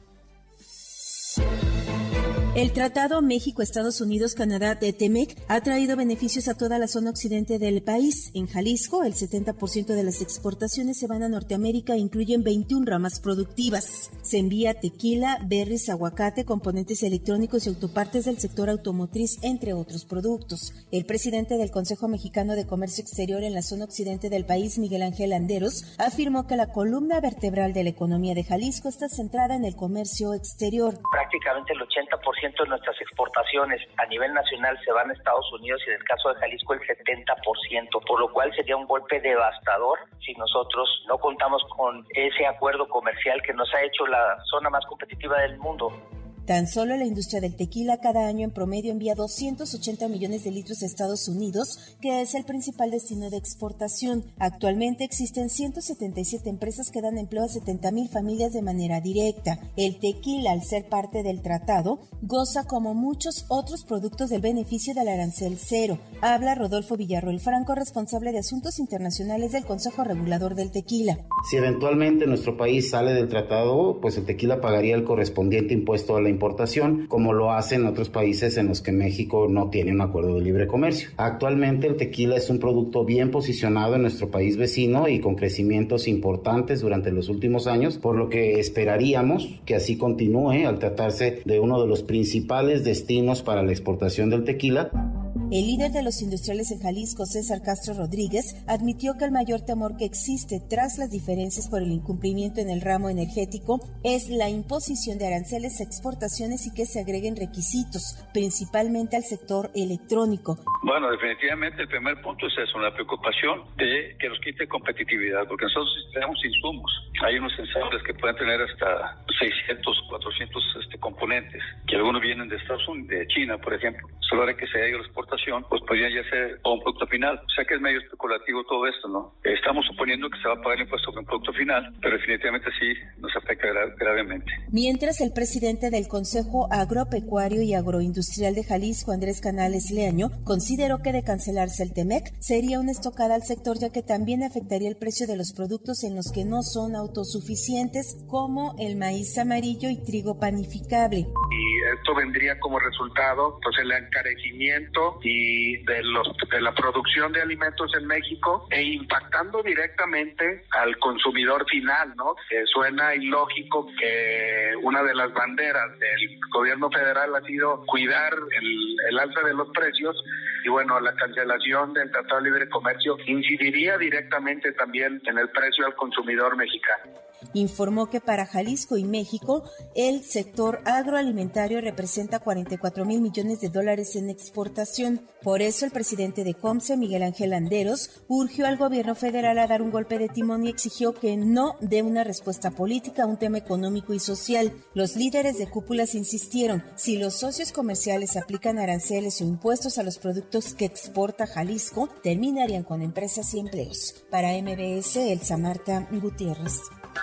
El Tratado México-Estados Unidos-Canadá de TEMEC ha traído beneficios a toda la zona occidente del país. En Jalisco, el setenta por ciento de las exportaciones se van a Norteamérica e incluyen veintiuna ramas productivas. Se envía tequila, berries, aguacate, componentes electrónicos y autopartes del sector automotriz, entre otros productos. El presidente del Consejo Mexicano de Comercio Exterior en la zona occidente del país, Miguel Ángel Landeros, afirmó que la columna vertebral de la economía de Jalisco está centrada en el comercio exterior. Prácticamente el ochenta por ciento de nuestras exportaciones a nivel nacional se van a Estados Unidos y en el caso de Jalisco el setenta por ciento, por lo cual sería un golpe devastador si nosotros no contamos con ese acuerdo comercial que nos ha hecho la zona más competitiva del mundo. Tan solo la industria del tequila cada año en promedio envía doscientos ochenta millones de litros a Estados Unidos, que es el principal destino de exportación. Actualmente existen ciento setenta y siete empresas que dan empleo a setenta mil familias de manera directa. El tequila, al ser parte del tratado, goza como muchos otros productos del beneficio del arancel cero. Habla Rodolfo Villarroel Franco, responsable de Asuntos Internacionales del Consejo Regulador del Tequila. Si eventualmente nuestro país sale del tratado, pues el tequila pagaría el correspondiente impuesto a la importación, como lo hacen otros países en los que México no tiene un acuerdo de libre comercio. Actualmente el tequila es un producto bien posicionado en nuestro país vecino y con crecimientos importantes durante los últimos años, por lo que esperaríamos que así continúe al tratarse de uno de los principales destinos para la exportación del tequila. El líder de los industriales en Jalisco, César Castro Rodríguez, admitió que el mayor temor que existe tras las diferencias por el incumplimiento en el ramo energético es la imposición de aranceles a exportaciones y que se agreguen requisitos, principalmente al sector electrónico. Bueno, definitivamente el primer punto es eso, la preocupación de que nos quite competitividad, porque nosotros tenemos insumos. Hay unos ensambles que pueden tener hasta seiscientos, cuatrocientos este, componentes, que algunos vienen de Estados Unidos, de China, por ejemplo. Solo hora que se haga la exportación, pues podría ya ser un producto final. O sea que es medio especulativo todo esto, ¿no? Estamos suponiendo que se va a pagar el impuesto sobre un producto final, pero definitivamente sí nos afecta gra- gravemente. Mientras el presidente del Consejo Agropecuario y Agroindustrial de Jalisco, Andrés Canales Leaño, consideró que de cancelarse el TEMEC sería una estocada al sector, ya que también afectaría el precio de los productos en los que no son autosuficientes, como el maíz amarillo y trigo panificable. Y esto vendría como resultado, pues, el encarecimiento y de los de la producción de alimentos en México e impactando directamente al consumidor final, ¿no? Eh, suena ilógico que una de las banderas del gobierno federal ha sido cuidar el, el alza de los precios y bueno, la cancelación del Tratado de Libre Comercio incidiría directamente también en el precio al consumidor mexicano. Informó que para Jalisco y México, el sector agroalimentario representa cuarenta y cuatro mil millones de dólares en exportación. Por eso el presidente de COMCE, Miguel Ángel Landeros, urgió al gobierno federal a dar un golpe de timón y exigió que no dé una respuesta política a un tema económico y social. Los líderes de cúpulas insistieron, si los socios comerciales aplican aranceles o impuestos a los productos que exporta Jalisco, terminarían con empresas y empleos. Para M B S, Elsa Marta Gutiérrez.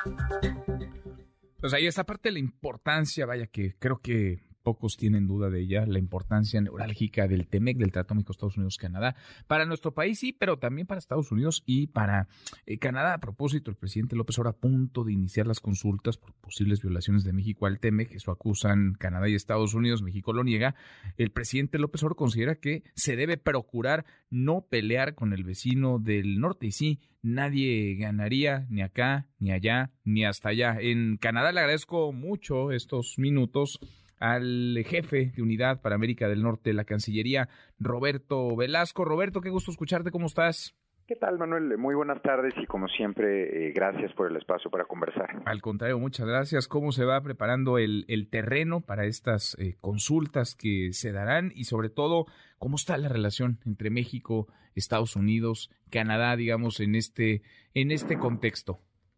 Pues ahí está parte de la importancia, vaya que creo que pocos tienen duda de ella, la importancia neurálgica del TEMEC, del Tratado México-Estados Unidos-Canadá, para nuestro país sí, pero también para Estados Unidos y para eh, Canadá. A propósito, el presidente López Obrador a punto de iniciar las consultas por posibles violaciones de México al TEMEC, eso acusan Canadá y Estados Unidos, México lo niega. El presidente López Obrador considera que se debe procurar no pelear con el vecino del norte, y sí, nadie ganaría ni acá, ni allá, ni hasta allá. En Canadá le agradezco mucho estos minutos al jefe de unidad para América del Norte, la Cancillería, Roberto Velasco. Roberto, qué gusto escucharte, ¿cómo estás? ¿Qué tal, Manuel? Muy buenas tardes y como siempre, eh, gracias por el espacio para conversar. Al contrario, muchas gracias. ¿Cómo se va preparando el, el terreno para estas eh, consultas que se darán? Y sobre todo, ¿cómo está la relación entre México, Estados Unidos, Canadá, digamos, en este, en este contexto?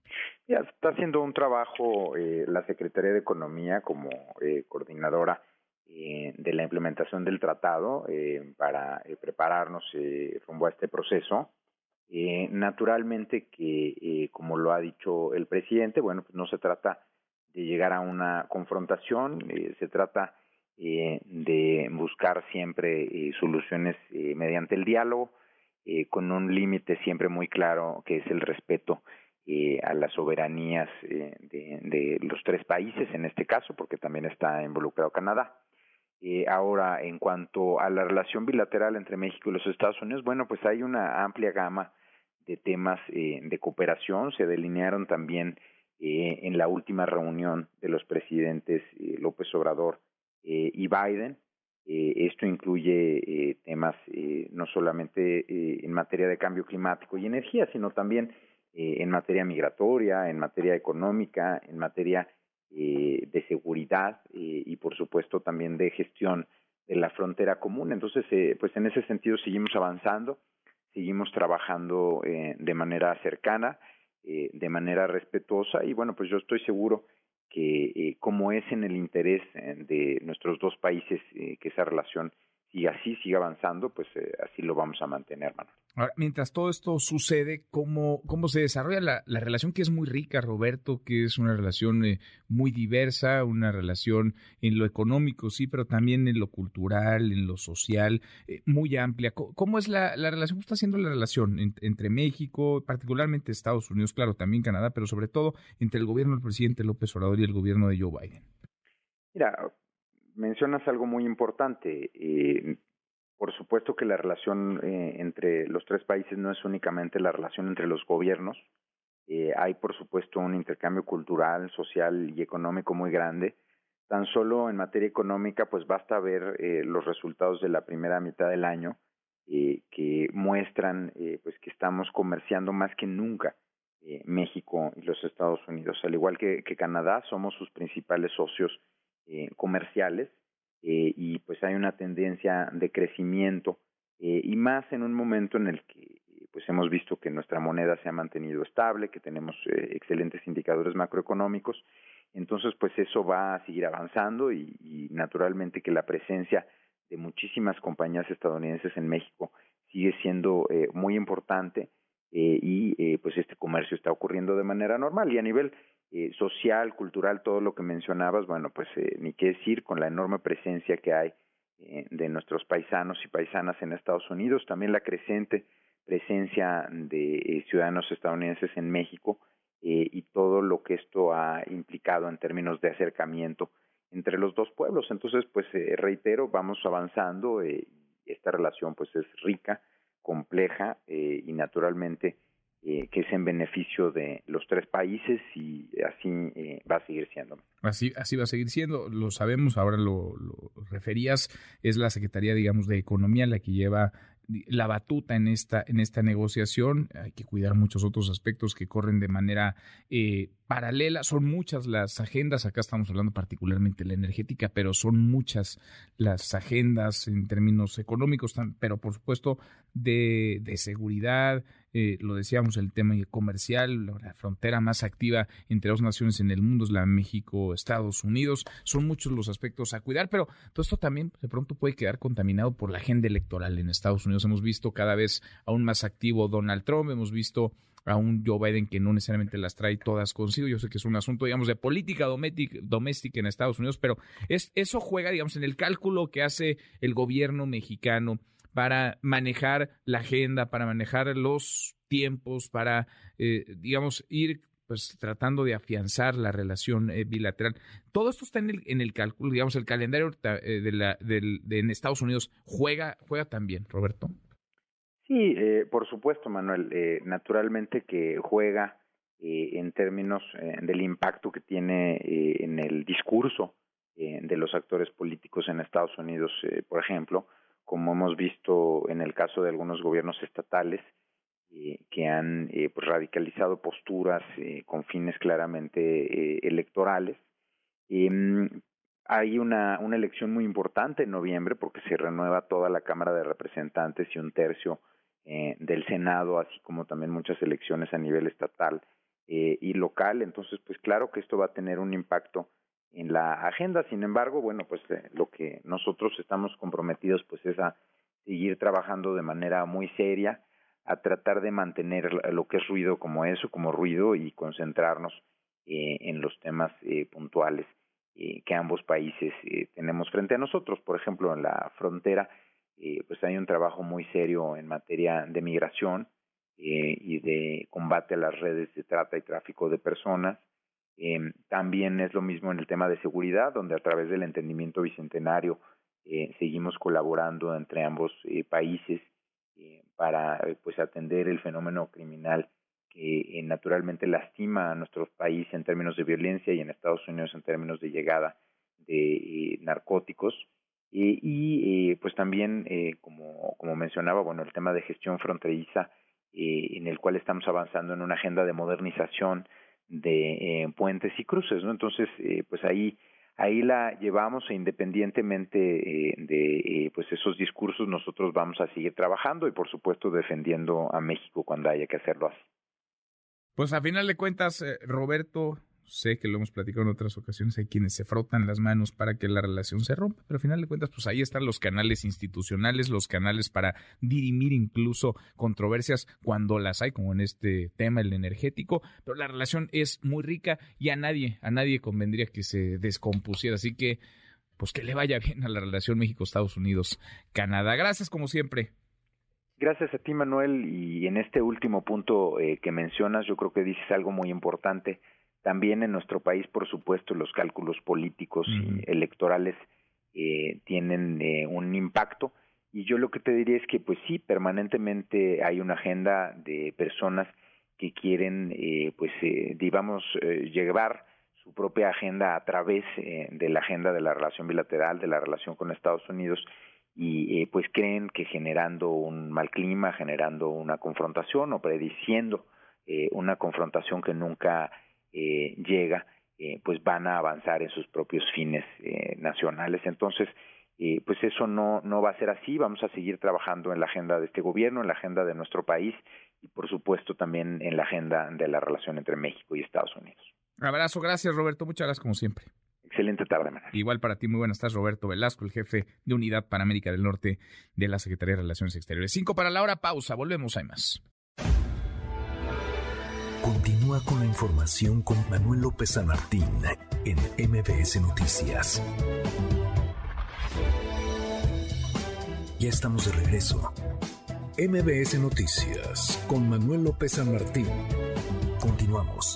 Ya está haciendo un trabajo eh, la Secretaría de Economía como eh, coordinadora eh, de la implementación del tratado eh, para eh, prepararnos eh, rumbo a este proceso. Eh, naturalmente que, eh, como lo ha dicho el presidente, bueno, pues no se trata de llegar a una confrontación, eh, se trata eh, de buscar siempre eh, soluciones eh, mediante el diálogo, eh, con un límite siempre muy claro que es el respeto eh, a las soberanías eh, de, de los tres países, en este caso, porque también está involucrado Canadá. Eh, ahora, en cuanto a la relación bilateral entre México y los Estados Unidos, bueno, pues hay una amplia gama de temas eh, de cooperación. Se delinearon también eh, en la última reunión de los presidentes eh, López Obrador eh, y Biden. Eh, esto incluye eh, temas eh, no solamente eh, en materia de cambio climático y energía, sino también eh, en materia migratoria, en materia económica, en materia eh, de seguridad eh, y por supuesto también de gestión de la frontera común. Entonces, eh, pues en ese sentido seguimos avanzando, seguimos trabajando eh, de manera cercana, eh, de manera respetuosa y bueno, pues yo estoy seguro que eh, como es en el interés eh, de nuestros dos países eh, que esa relación siga así, siga avanzando, pues eh, así lo vamos a mantener, Manuel. Ahora, mientras todo esto sucede, ¿cómo, cómo se desarrolla la, la relación que es muy rica, Roberto, que es una relación eh, muy diversa, una relación en lo económico, sí, pero también en lo cultural, en lo social, eh, muy amplia? ¿Cómo, cómo es la, la relación? ¿Cómo está siendo la relación en, entre México, particularmente Estados Unidos, claro, también Canadá, pero sobre todo entre el gobierno del presidente López Obrador y el gobierno de Joe Biden? Mira, mencionas algo muy importante. Eh, por supuesto que la relación eh, entre los tres países no es únicamente la relación entre los gobiernos. Eh, hay, por supuesto, un intercambio cultural, social y económico muy grande. Tan solo en materia económica, pues basta ver eh, los resultados de la primera mitad del año eh, que muestran eh, pues que estamos comerciando más que nunca eh, México y los Estados Unidos. Al igual que, que Canadá, somos sus principales socios Eh, comerciales eh, y pues hay una tendencia de crecimiento eh, y más en un momento en el que eh, pues hemos visto que nuestra moneda se ha mantenido estable, que tenemos eh, excelentes indicadores macroeconómicos. Entonces pues eso va a seguir avanzando y, y naturalmente que la presencia de muchísimas compañías estadounidenses en México sigue siendo eh, muy importante eh, y eh, pues este comercio está ocurriendo de manera normal y a nivel Eh, social, cultural, todo lo que mencionabas, bueno, pues eh, ni qué decir con la enorme presencia que hay eh, de nuestros paisanos y paisanas en Estados Unidos, también la creciente presencia de eh, ciudadanos estadounidenses en México eh, y todo lo que esto ha implicado en términos de acercamiento entre los dos pueblos. Entonces, pues eh, reitero, vamos avanzando, eh, esta relación pues es rica, compleja eh, y naturalmente Eh, que es en beneficio de los tres países y así eh, va a seguir siendo. Así, así va a seguir siendo, lo sabemos, ahora lo, lo referías, es la Secretaría, digamos, de Economía la que lleva la batuta en esta, en esta negociación. Hay que cuidar muchos otros aspectos que corren de manera eh, paralela. Son muchas las agendas, acá estamos hablando particularmente de la energética, pero son muchas las agendas en términos económicos, pero por supuesto de, de seguridad. Eh, lo decíamos, el tema comercial, la frontera más activa entre dos naciones en el mundo es la México-Estados Unidos. Son muchos los aspectos a cuidar, pero todo esto también de pronto puede quedar contaminado por la agenda electoral en Estados Unidos. Hemos visto cada vez aún más activo Donald Trump, hemos visto a un Joe Biden que no necesariamente las trae todas consigo. Yo sé que es un asunto, digamos, de política doméstica en Estados Unidos, pero es, eso juega, digamos, en el cálculo que hace el gobierno mexicano para manejar la agenda, para manejar los tiempos, para, eh, digamos, ir pues tratando de afianzar la relación eh, bilateral. Todo esto está en el, en el cálculo, digamos, el calendario eh, de, la, de, de en Estados Unidos juega, juega también, Roberto. Sí, eh, por supuesto, Manuel. Eh, naturalmente que juega eh, en términos eh, del impacto que tiene eh, en el discurso eh, de los actores políticos en Estados Unidos, eh, por ejemplo, como hemos visto en el caso de algunos gobiernos estatales, eh, que han eh, pues radicalizado posturas eh, con fines claramente eh, electorales. Eh, hay una, una elección muy importante en noviembre porque se renueva toda la Cámara de Representantes y un tercio eh, del Senado, así como también muchas elecciones a nivel estatal eh, y local. Entonces, pues claro que esto va a tener un impacto en la agenda. Sin embargo, bueno, pues eh, lo que nosotros estamos comprometidos pues es a seguir trabajando de manera muy seria, a tratar de mantener lo que es ruido como eso, como ruido, y concentrarnos eh, en los temas eh, puntuales eh, que ambos países eh, tenemos frente a nosotros. Por ejemplo, en la frontera, eh, pues hay un trabajo muy serio en materia de migración eh, y de combate a las redes de trata y tráfico de personas. Eh, también es lo mismo en el tema de seguridad, donde a través del entendimiento bicentenario eh, seguimos colaborando entre ambos eh, países eh, para eh, pues atender el fenómeno criminal que eh, naturalmente lastima a nuestro país en términos de violencia y en Estados Unidos en términos de llegada de eh, narcóticos. Eh, y eh, pues también, eh, como, como mencionaba, bueno, el tema de gestión fronteriza, eh, en el cual estamos avanzando en una agenda de modernización de eh, puentes y cruces, ¿no? Entonces, eh, pues ahí ahí la llevamos, e independientemente eh, de eh, pues esos discursos, nosotros vamos a seguir trabajando y, por supuesto, defendiendo a México cuando haya que hacerlo así. Pues a final de cuentas, eh, Roberto, sé que lo hemos platicado en otras ocasiones, hay quienes se frotan las manos para que la relación se rompa, pero a final de cuentas, pues ahí están los canales institucionales, los canales para dirimir incluso controversias cuando las hay, como en este tema, el energético, pero la relación es muy rica y a nadie, a nadie convendría que se descompusiera, así que, pues que le vaya bien a la relación México-Estados Unidos-Canadá. Gracias, como siempre. Gracias a ti, Manuel, y en este último punto eh, que mencionas, yo creo que dices algo muy importante. También en nuestro país, por supuesto, los cálculos políticos uh-huh. y electorales eh, tienen eh, un impacto. Y yo lo que te diría es que, pues sí, permanentemente hay una agenda de personas que quieren, eh, pues, eh, digamos, eh, llevar su propia agenda a través eh, de la agenda de la relación bilateral, de la relación con Estados Unidos, y eh, pues creen que generando un mal clima, generando una confrontación o prediciendo eh, una confrontación que nunca Eh, llega, eh, pues van a avanzar en sus propios fines eh, nacionales. Entonces, eh, pues eso no, no va a ser así. Vamos a seguir trabajando en la agenda de este gobierno, en la agenda de nuestro país y, por supuesto, también en la agenda de la relación entre México y Estados Unidos. Un abrazo, gracias, Roberto. Muchas gracias, como siempre. Excelente tarde, Manuel. Igual para ti, muy buenas tardes, Roberto Velasco, el jefe de Unidad para América del Norte de la Secretaría de Relaciones Exteriores. Cinco para la hora, pausa, volvemos, hay más. Continúa con la información con Manuel López San Martín en M B S Noticias. Ya estamos de regreso. M B S Noticias con Manuel López San Martín. Continuamos.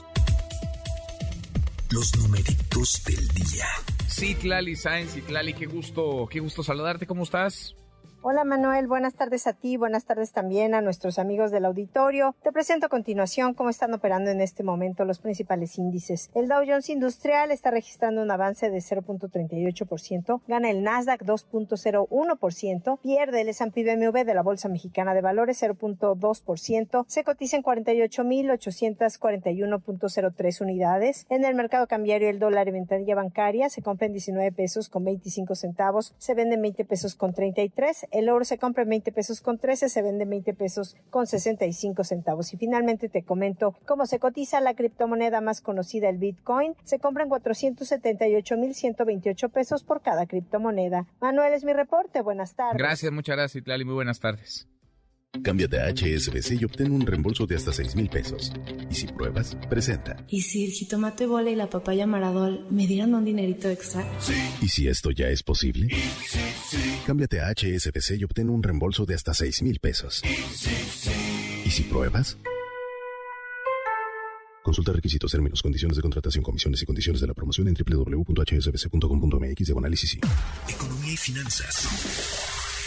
Los numeritos del día. Citlali Sáenz, Citlali, qué gusto, qué gusto saludarte, ¿cómo estás? Hola Manuel, buenas tardes a ti, buenas tardes también a nuestros amigos del auditorio. Te presento a continuación cómo están operando en este momento los principales índices. El Dow Jones Industrial está registrando un avance de cero punto treinta y ocho por ciento, gana el Nasdaq dos punto cero uno por ciento, pierde el S and P B M W de la Bolsa Mexicana de Valores cero punto dos por ciento, se cotiza en cuarenta y ocho mil ochocientos cuarenta y uno punto cero tres unidades. En el mercado cambiario el dólar en ventanilla bancaria se compra en diecinueve pesos con veinticinco centavos, se vende en veinte pesos con treinta y tres. El oro se compra en veinte pesos con trece, se vende en veinte pesos con sesenta y cinco centavos. Y finalmente te comento cómo se cotiza la criptomoneda más conocida, el Bitcoin. Se compra en cuatrocientos setenta y ocho mil ciento veintiocho pesos por cada criptomoneda. Manuel, es mi reporte. Buenas tardes. Gracias, muchas gracias, Itlali. Muy buenas tardes. Cámbiate a H S B C y obtén un reembolso de hasta seis mil pesos. Y si pruebas, presenta. ¿Y si el jitomate bola y la papaya maradol me dieran un dinerito extra? Sí. ¿Y si esto ya es posible? Sí, sí. Cámbiate a H S B C y obtén un reembolso de hasta seis mil pesos. Sí, sí. ¿Y si pruebas? Consulta requisitos, términos, condiciones de contratación, comisiones y condiciones de la promoción en doble u doble u doble u punto h s b c punto com punto m x diagonal I C C. Economía y finanzas.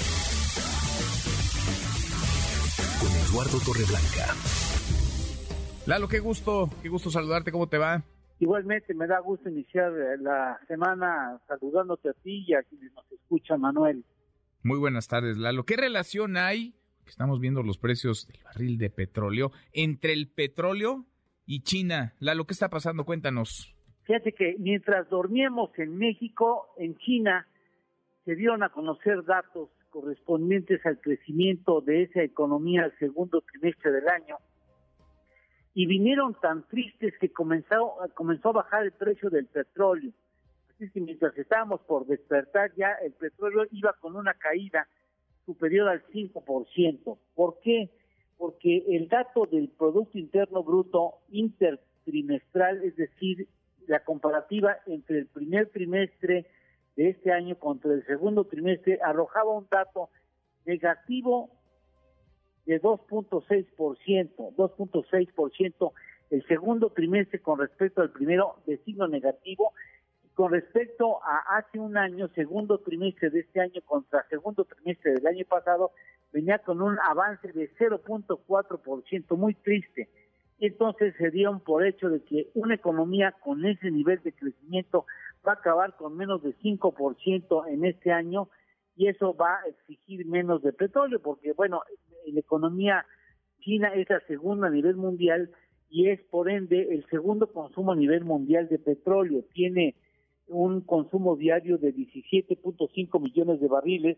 Con Eduardo Torreblanca. Lalo, qué gusto, qué gusto saludarte, ¿cómo te va? Igualmente, me da gusto iniciar la semana saludándote a ti y a quienes nos escuchan, Manuel. Muy buenas tardes, Lalo. ¿Qué relación hay Estamos viendo los precios del barril de petróleo. Entre el petróleo y China, Lalo, ¿qué está pasando? Cuéntanos. Fíjate que mientras dormíamos en México, en China se dieron a conocer datos correspondientes al crecimiento de esa economía al segundo trimestre del año, y vinieron tan tristes que comenzó, comenzó a bajar el precio del petróleo. Así que mientras estábamos por despertar, ya el petróleo iba con una caída superior al cinco por ciento. ¿Por qué? Porque el dato del Producto Interno Bruto intertrimestral, es decir, la comparativa entre el primer trimestre de este año contra el segundo trimestre, arrojaba un dato negativo de dos punto seis por ciento, dos punto seis por ciento el segundo trimestre con respecto al primero, de signo negativo. Con respecto a hace un año, segundo trimestre de este año contra segundo trimestre del año pasado, venía con un avance de cero punto cuatro por ciento, muy triste. Y entonces se dieron por hecho de que una economía con ese nivel de crecimiento va a acabar con menos de cinco por ciento en este año, y eso va a exigir menos de petróleo, porque bueno, la economía china es la segunda a nivel mundial y es por ende el segundo consumo a nivel mundial de petróleo. Tiene un consumo diario de diecisiete punto cinco millones de barriles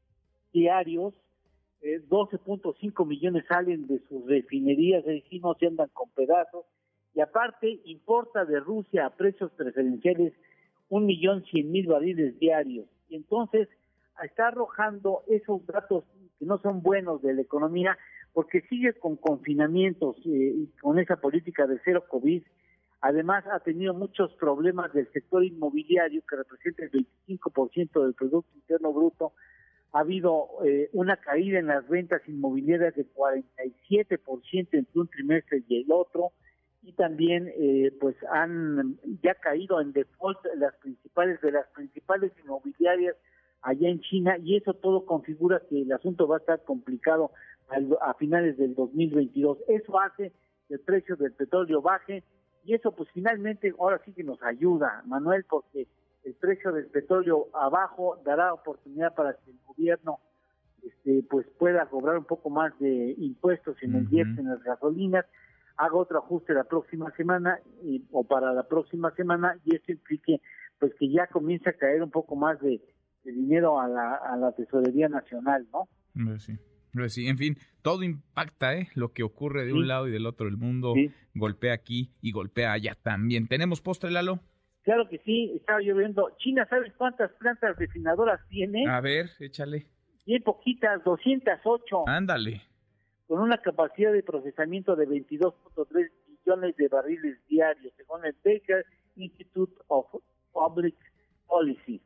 diarios, eh, doce punto cinco millones salen de sus refinerías, es decir, no se andan con pedazos, y aparte importa de Rusia a precios preferenciales un millón cien mil barriles diarios. Y entonces está arrojando esos datos que no son buenos de la economía, porque sigue con confinamientos eh, y con esa política de cero COVID. Además, ha tenido muchos problemas del sector inmobiliario, que representa el veinticinco por ciento del Producto Interno Bruto. Ha habido eh, una caída en las ventas inmobiliarias de cuarenta y siete por ciento entre un trimestre y el otro, y también eh, pues han ya caído en default las principales de las principales inmobiliarias allá en China, y eso todo configura que el asunto va a estar complicado al, a finales del dos mil veintidós. Eso hace que el precio del petróleo baje, y eso pues finalmente ahora sí que nos ayuda, Manuel, porque el precio del petróleo abajo dará oportunidad para que el gobierno este, pues pueda cobrar un poco más de impuestos en el diésel, en las gasolinas, haga otro ajuste la próxima semana y, o para la próxima semana, y eso implique pues que ya comience a caer un poco más de, de dinero a la, a la tesorería nacional, ¿no? Pues sí. Sí, en fin, todo impacta, ¿eh? Lo que ocurre de sí. un lado y del otro del mundo, sí. golpea aquí y golpea allá también. ¿Tenemos postre, Lalo? Claro que sí, estaba yo viendo. China, ¿sabes cuántas plantas refinadoras tiene? A ver, échale. Bien poquitas, doscientas ocho. Ándale. Con una capacidad de procesamiento de veintidós punto tres millones de barriles diarios, según el Baker Institute of Public Policy.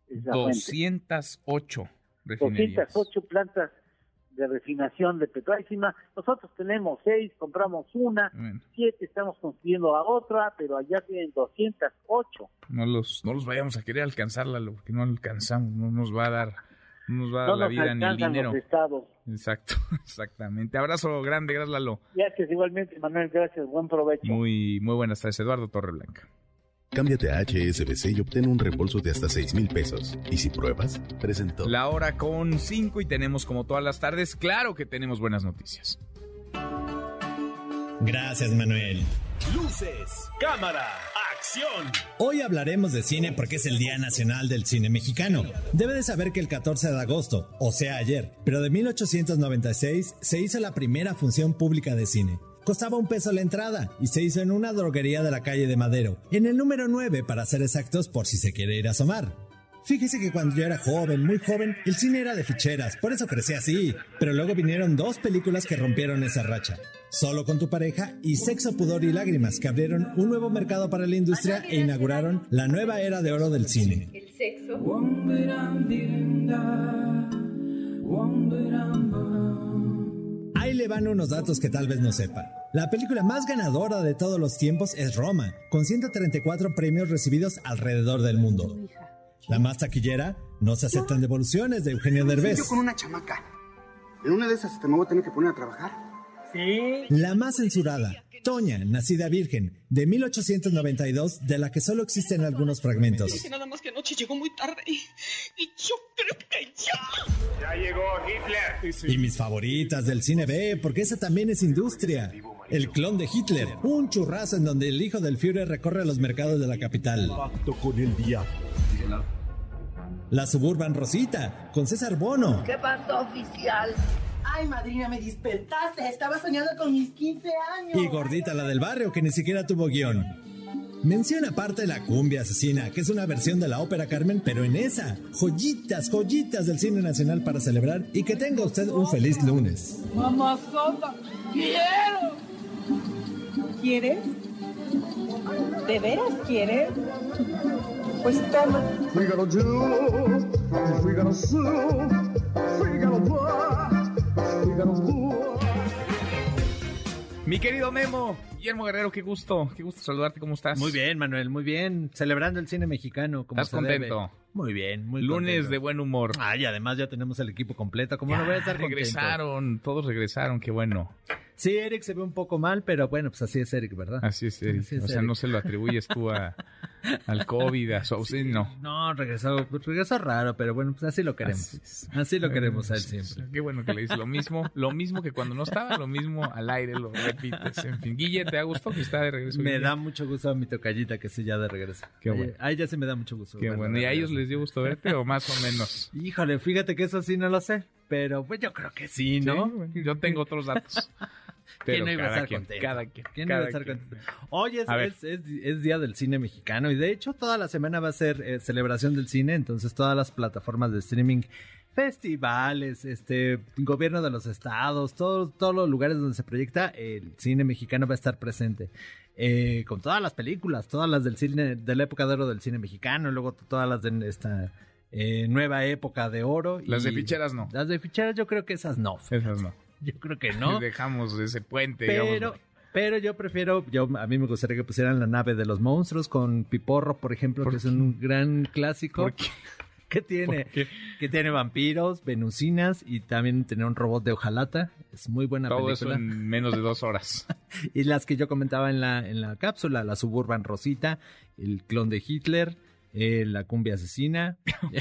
doscientas ocho refinerías. doscientas ocho plantas de refinación de petróleo. Encima, nosotros tenemos seis, compramos una, bueno. siete, estamos construyendo la otra, pero allá tienen doscientas ocho. No los, no los vayamos a querer alcanzar, Lalo, porque no alcanzamos, no nos va a dar, no nos va a dar no la vida ni el dinero. Los estados. Exacto, exactamente. Abrazo grande, gracias, Lalo. Gracias, igualmente, Manuel, gracias, buen provecho. Muy, muy buenas tardes, Eduardo Torreblanca. Cámbiate a H S B C y obtén un reembolso de hasta seis mil pesos. ¿Y si pruebas? Presentó. La hora con cinco y tenemos, como todas las tardes, claro que tenemos buenas noticias. Gracias, Manuel. Luces, cámara, acción. Hoy hablaremos de cine porque es el Día Nacional del Cine Mexicano. Debe de saber que el catorce de agosto, o sea ayer, pero de mil ochocientos noventa y seis, se hizo la primera función pública de cine. Costaba un peso la entrada y se hizo en una droguería de la calle de Madero, en el número nueve para ser exactos, por si se quiere ir a asomar. Fíjese que cuando yo era joven, muy joven, el cine era de ficheras, por eso crecí así. Pero luego vinieron dos películas que rompieron esa racha. Solo con tu pareja y Sexo, Pudor y Lágrimas, que abrieron un nuevo mercado para la industria e inauguraron la nueva era de oro del cine. El sexo. Ahí le van unos datos que tal vez no sepa. La película más ganadora de todos los tiempos es Roma, con ciento treinta y cuatro premios recibidos alrededor del mundo. La más taquillera, No se aceptan devoluciones, de Eugenio Derbez. Yo con una chamaca. En una de esas te me voy a tener que poner a trabajar. Sí. La más censurada, Toña, nacida virgen, de mil ochocientos noventa y dos, de la que solo existen algunos fragmentos. Dice nada más que anoche llegó muy tarde y, y yo creo que ya. Ya llegó Hitler. Y mis favoritas del cine B, porque esa también es industria. El clon de Hitler, un churrazo en donde el hijo del Führer recorre los mercados de la capital. Pacto con el diablo. La Suburban Rosita, con César Bono. ¿Qué pasó, oficial? Ay, madrina, me despertaste. Estaba soñando con mis quince años. Y Gordita, la del barrio, que ni siquiera tuvo guión. Menciona aparte La Cumbia Asesina, que es una versión de la ópera Carmen, pero en esa, joyitas, joyitas del cine nacional para celebrar, y que tenga usted un feliz lunes. Mamazota, quiero. ¿Quieres? ¿De veras quieres? Pues toma. Fígaro yo, fígaro su, fígaro va, fígaro tú. Mi querido Memo, Guillermo Guerrero, qué gusto, qué gusto saludarte, ¿cómo estás? Muy bien, Manuel, muy bien, celebrando el cine mexicano. Como ¿Estás contento? Debe. Muy bien, muy Lunes contento. de buen humor. Ah, y además ya tenemos el equipo completo, ¿cómo ya, no voy a estar contento? Regresaron, todos regresaron, qué bueno. Sí, Eric se ve un poco mal, pero bueno, pues así es Eric, ¿verdad? Así es Eric, así es o sea, Eric. no se lo atribuyes tú a, al COVID, a su sí, no. No, regresó, regresó raro, pero bueno, pues así lo queremos. Así, así lo queremos a él siempre. Qué bueno que le dices lo mismo, lo mismo que cuando no estaba, lo mismo al aire, lo repites. En fin, Guille, ¿te ha gustado que está de regreso? Me Guille? da mucho gusto a mi tocallita que sí ya de regreso. Qué bueno. A ella sí me da mucho gusto. Qué bueno, ¿y a ellos les dio gusto verte o más o menos? Híjole, fíjate que eso sí no lo sé, pero pues yo creo que sí, ¿no? Sí, bueno, yo tengo otros datos. ¿Quién no iba a estar quien, contento? Cada quien. ¿Quién cada no iba a estar quien. contento? Hoy es, es, es, es Día del Cine Mexicano y de hecho toda la semana va a ser eh, celebración del cine, entonces todas las plataformas de streaming, festivales, este, gobierno de los estados, todos, todos los lugares donde se proyecta el cine mexicano va a estar presente. Eh, con todas las películas, todas las del cine, de la época de oro del cine mexicano, y luego todas las de esta eh, nueva época de oro. Las y, de ficheras no. Las de ficheras yo creo que esas no. Esas no. Yo creo que no. Dejamos ese puente, pero, digamos. Pero yo prefiero, yo a mí me gustaría que pusieran La Nave de los Monstruos con Piporro, por ejemplo, ¿Por que qué? es un gran clásico. ¿Por qué? Que tiene, que tiene vampiros, venusinas y también tiene un robot de hojalata. Es muy buena Todo película. eso en menos de dos horas. Y las que yo comentaba en la, en la cápsula, la Suburban Rosita, el clon de Hitler, eh, la cumbia asesina.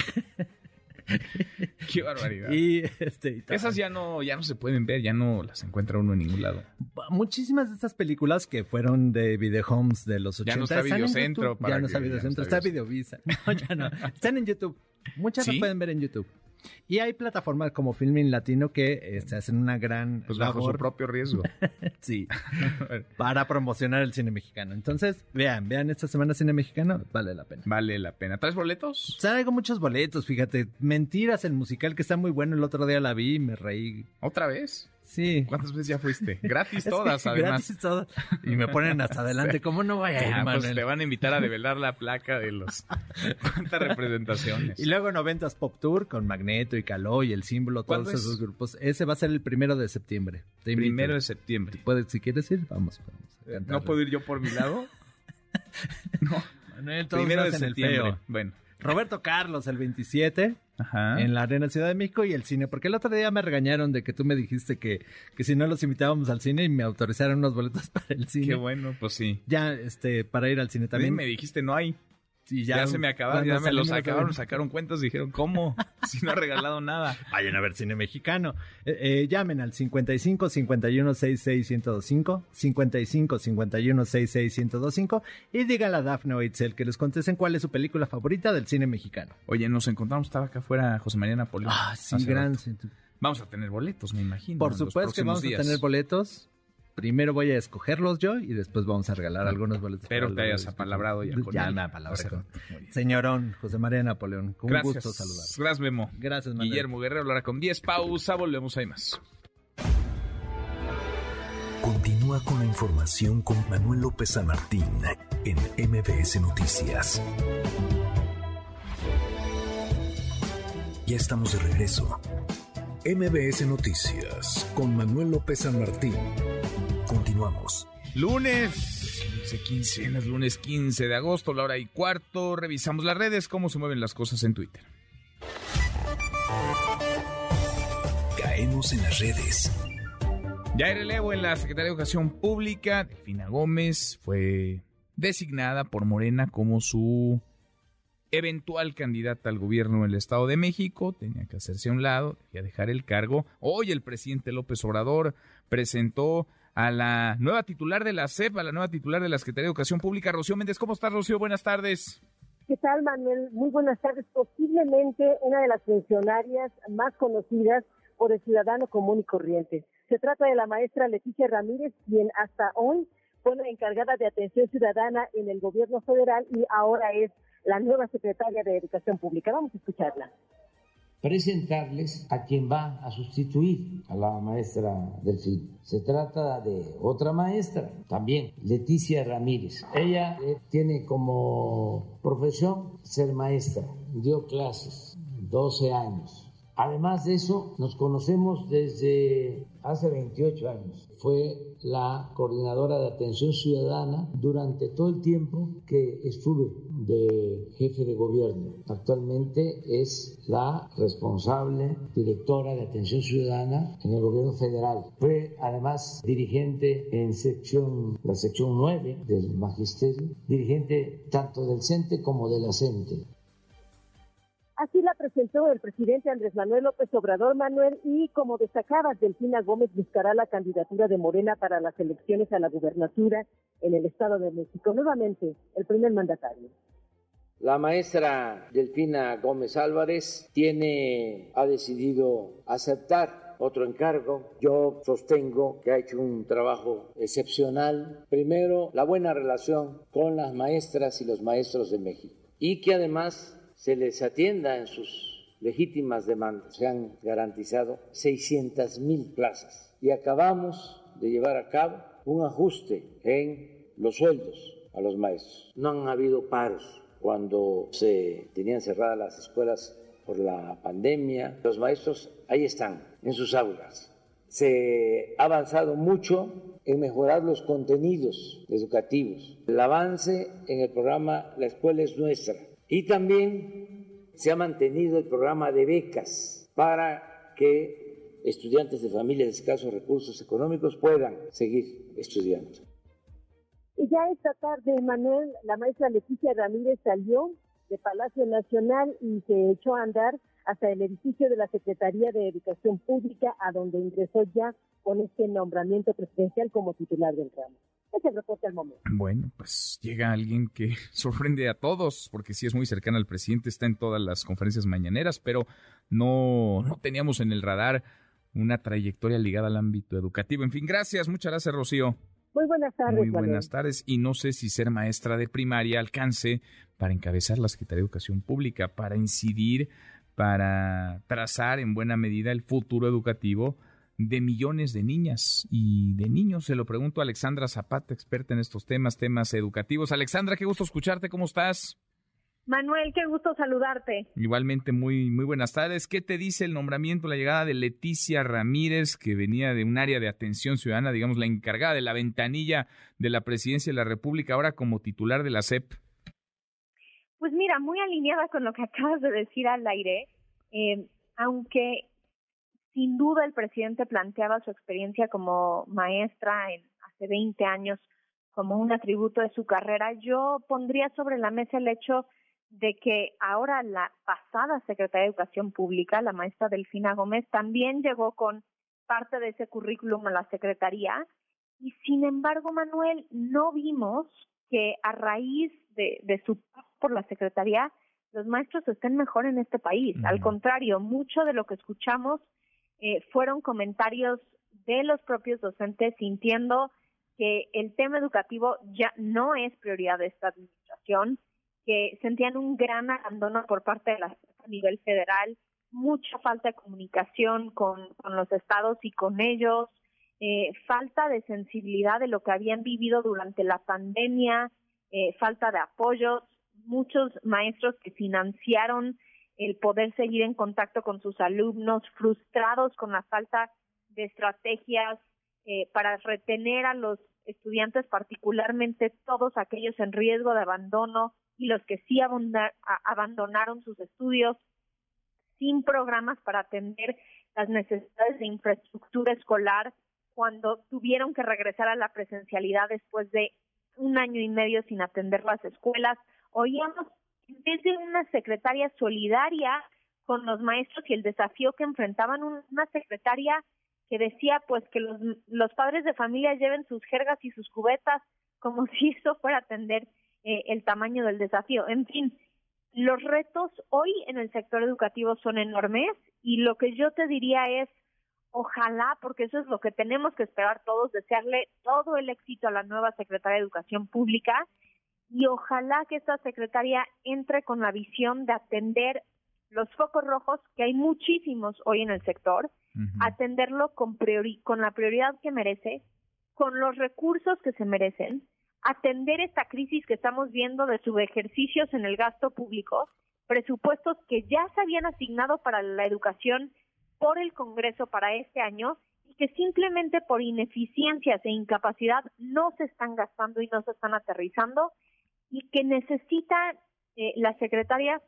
Qué barbaridad. Y este, y esas ya no, ya no se pueden ver, ya no las encuentra uno en ningún lado. Muchísimas de estas películas que fueron de videohomes de los ochenta. Ya no está Videocentro. Ya no está Videocentro, está Videovisa. No, ya no. Están en YouTube. Muchas ¿Sí? las pueden ver en YouTube. Y hay plataformas como Filmin Latino que este, hacen una gran pues bajo labor. su propio riesgo. Sí. Para promocionar el cine mexicano. Entonces, vean, vean esta semana cine mexicano, vale la pena. Vale la pena. ¿Traes boletos? Traigo muchos boletos, fíjate. Mentiras, el musical que está muy bueno. El otro día la vi y me reí. ¿Otra vez? Sí. ¿Cuántas veces ya fuiste? Gratis Es todas, que además. Gratis todas. Y me ponen hasta adelante. ¿Cómo no vaya a ir, Ah, pues Manuel? te van a invitar a develar la placa de los... ¿Cuántas representaciones? Y luego noventas Pop Tour con Magneto y Caló y El Símbolo, todos ¿Cuándo es? esos grupos. Ese va a ser el primero de septiembre. Te invito. Primero de septiembre. Puedes, si quieres ir, vamos. vamos a cantarle. ¿No puedo ir yo por mi lado? No. Manuel, todos Primero de hacen el septiembre. feo. Bueno. Roberto Carlos, el veintisiete, Ajá. en la Arena Ciudad de México y el cine. Porque el otro día me regañaron de que tú me dijiste que, que si no los invitábamos al cine y me autorizaron unos boletos para el cine. Qué bueno, pues sí. Ya, este, para ir al cine también. Me dijiste, no hay. Sí, ya, ya se me acabaron, ya me los acabaron, de... sacaron cuentas, dijeron, ¿cómo? Si no ha regalado nada. Vayan a ver cine mexicano. Eh, eh, llamen al cincuenta y cinco, cincuenta y uno, sesenta y seis, ciento veinticinco, cincuenta y cinco, cincuenta y uno, sesenta y seis, ciento veinticinco y díganle a Dafne o Itzel que les contesten cuál es su película favorita del cine mexicano. Oye, nos encontramos, estaba acá afuera José María Napoleón. Ah, sí, gran. Rato. Vamos a tener boletos, me imagino. Por supuesto que vamos días. a tener boletos. Primero voy a escogerlos yo y después vamos a regalar no, algunos boletos. Espero te hayas apalabrado ya con Ya él. me apalabré con Señorón José María Napoleón, con Gracias. gusto saludar. Gracias, Memo. Gracias, Manuel. Guillermo Guerrero, ahora con diez, pausa, volvemos, hay más. Continúa con la información con Manuel López San Martín en M B S Noticias. Ya estamos de regreso. M B S Noticias con Manuel López San Martín. Continuamos. Lunes, quince, lunes quince de agosto, la hora y cuarto. Revisamos las redes, cómo se mueven las cosas en Twitter. Caemos en las redes. Ya hay relevo en la Secretaría de Educación Pública. Delfina Gómez fue designada por Morena como su eventual candidata al gobierno del Estado de México. Tenía que hacerse a un lado y a dejar el cargo. Hoy el presidente López Obrador presentó a la nueva titular de la S E P, a la nueva titular de la Secretaría de Educación Pública, Rocío Méndez. ¿Cómo estás, Rocío? Buenas tardes. ¿Qué tal, Manuel? Muy buenas tardes. Posiblemente una de las funcionarias más conocidas por el ciudadano común y corriente. Se trata de la maestra Leticia Ramírez, quien hasta hoy fue la encargada de atención ciudadana en el gobierno federal y ahora es la nueva secretaria de Educación Pública. Vamos a escucharla. Presentarles a quien va a sustituir a la maestra Delfina. Se trata de otra maestra, también, Leticia Ramírez. Ella eh, tiene como profesión ser maestra, dio clases doce años. Además de eso, nos conocemos desde hace veintiocho años. Fue la coordinadora de atención ciudadana durante todo el tiempo que estuve de jefe de gobierno. Actualmente es la responsable directora de atención ciudadana en el gobierno federal. Fue además dirigente en sección, la sección nueve del magisterio, dirigente tanto del CENTE como de la CENTE. Así la presentó el presidente Andrés Manuel López Obrador, Manuel, y como destacabas, Delfina Gómez buscará la candidatura de Morena para las elecciones a la gubernatura en el Estado de México. Nuevamente, el primer mandatario. La maestra Delfina Gómez Álvarez tiene, ha decidido aceptar otro encargo. Yo sostengo que ha hecho un trabajo excepcional. Primero, la buena relación con las maestras y los maestros de México, y que además se les atienda en sus legítimas demandas. Se han garantizado seiscientas mil plazas y acabamos de llevar a cabo un ajuste en los sueldos a los maestros. No han habido paros cuando se tenían cerradas las escuelas por la pandemia. Los maestros ahí están, en sus aulas. Se ha avanzado mucho en mejorar los contenidos educativos. El avance en el programa La Escuela es Nuestra. Y también se ha mantenido el programa de becas para que estudiantes de familias de escasos recursos económicos puedan seguir estudiando. Y ya esta tarde, Manuel, la maestra Leticia Ramírez salió de Palacio Nacional y se echó a andar hasta el edificio de la Secretaría de Educación Pública, a donde ingresó ya con este nombramiento presidencial como titular del ramo. Ese reporte al momento. Bueno, pues llega alguien que sorprende a todos, porque sí es muy cercana al presidente, está en todas las conferencias mañaneras, pero no, no teníamos en el radar una trayectoria ligada al ámbito educativo. En fin, gracias, muchas gracias, Rocío. Muy buenas tardes. Muy buenas tardes, y no sé si ser maestra de primaria alcance para encabezar la Secretaría de Educación Pública, para incidir, para trazar en buena medida el futuro educativo de millones de niñas y de niños. Se lo pregunto a Alexandra Zapata, experta en estos temas, temas educativos. Alexandra, qué gusto escucharte, ¿cómo estás? Manuel, qué gusto saludarte. Igualmente, muy, muy buenas tardes. ¿Qué te dice el nombramiento, la llegada de Leticia Ramírez, que venía de un área de atención ciudadana, digamos la encargada de la ventanilla de la Presidencia de la República, ahora como titular de la S E P? Pues mira, muy alineada con lo que acabas de decir al aire, eh, aunque sin duda el presidente planteaba su experiencia como maestra en hace veinte años como un atributo de su carrera, yo pondría sobre la mesa el hecho de que ahora la pasada secretaria de Educación Pública, la maestra Delfina Gómez, también llegó con parte de ese currículum a la secretaría, y sin embargo, Manuel, no vimos que a raíz de, de su paso por la secretaría los maestros estén mejor en este país. Mm. Al contrario, mucho de lo que escuchamos eh, fueron comentarios de los propios docentes sintiendo que el tema educativo ya no es prioridad de esta administración, que sentían un gran abandono por parte de la a nivel federal, mucha falta de comunicación con, con los estados y con ellos, eh, falta de sensibilidad de lo que habían vivido durante la pandemia, eh, falta de apoyos, muchos maestros que financiaron el poder seguir en contacto con sus alumnos, frustrados con la falta de estrategias eh, para retener a los estudiantes, particularmente todos aquellos en riesgo de abandono y los que sí abunda, a, abandonaron sus estudios, sin programas para atender las necesidades de infraestructura escolar cuando tuvieron que regresar a la presencialidad después de un año y medio sin atender las escuelas. Oíamos desde una secretaria solidaria con los maestros y el desafío que enfrentaban, una secretaria que decía pues que los, los padres de familia lleven sus jergas y sus cubetas, como si eso fuera a atender eh, el tamaño del desafío. En fin, los retos hoy en el sector educativo son enormes y lo que yo te diría es, ojalá, porque eso es lo que tenemos que esperar todos, desearle todo el éxito a la nueva secretaria de Educación Pública y ojalá que esta secretaria entre con la visión de atender los focos rojos, que hay muchísimos hoy en el sector, uh-huh. atenderlo con, priori- con la prioridad que merece, con los recursos que se merecen, atender esta crisis que estamos viendo de subejercicios en el gasto público, presupuestos que ya se habían asignado para la educación por el Congreso para este año y que simplemente por ineficiencias e incapacidad no se están gastando y no se están aterrizando y que necesita eh, la secretaria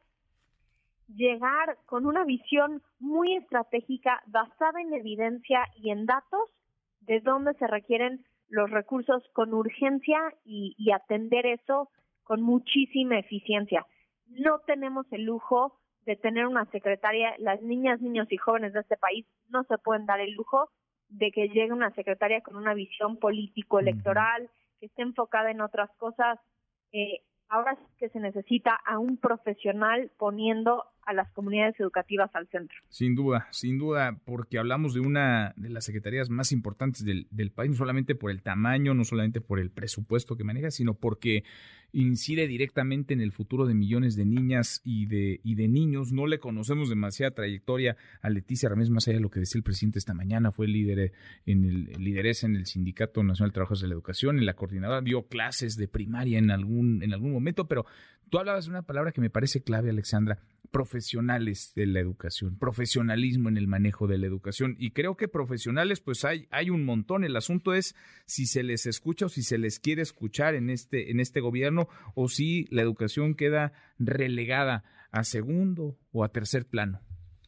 llegar con una visión muy estratégica basada en evidencia y en datos de dónde se requieren los recursos con urgencia y, y atender eso con muchísima eficiencia. No tenemos el lujo de tener una secretaria, las niñas, niños y jóvenes de este país no se pueden dar el lujo de que llegue una secretaria con una visión político-electoral, que esté enfocada en otras cosas. Eh, ahora sí que se necesita a un profesional poniendo a las comunidades educativas al centro. Sin duda, sin duda, porque hablamos de una de las secretarías más importantes del, del país, no solamente por el tamaño, no solamente por el presupuesto que maneja, sino porque incide directamente en el futuro de millones de niñas y de y de niños. No le conocemos demasiada trayectoria a Leticia Ramírez, más allá de lo que decía el presidente esta mañana. Fue líder en el lideresa en el Sindicato Nacional de Trabajadores de la Educación, en la coordinadora, dio clases de primaria en algún en algún momento, pero tú hablabas de una palabra que me parece clave, Alexandra: profesionales de la educación, profesionalismo en el manejo de la educación, y creo que profesionales pues hay hay un montón. El asunto es si se les escucha o si se les quiere escuchar en este en este gobierno, o si la educación queda relegada a segundo o a tercer plano.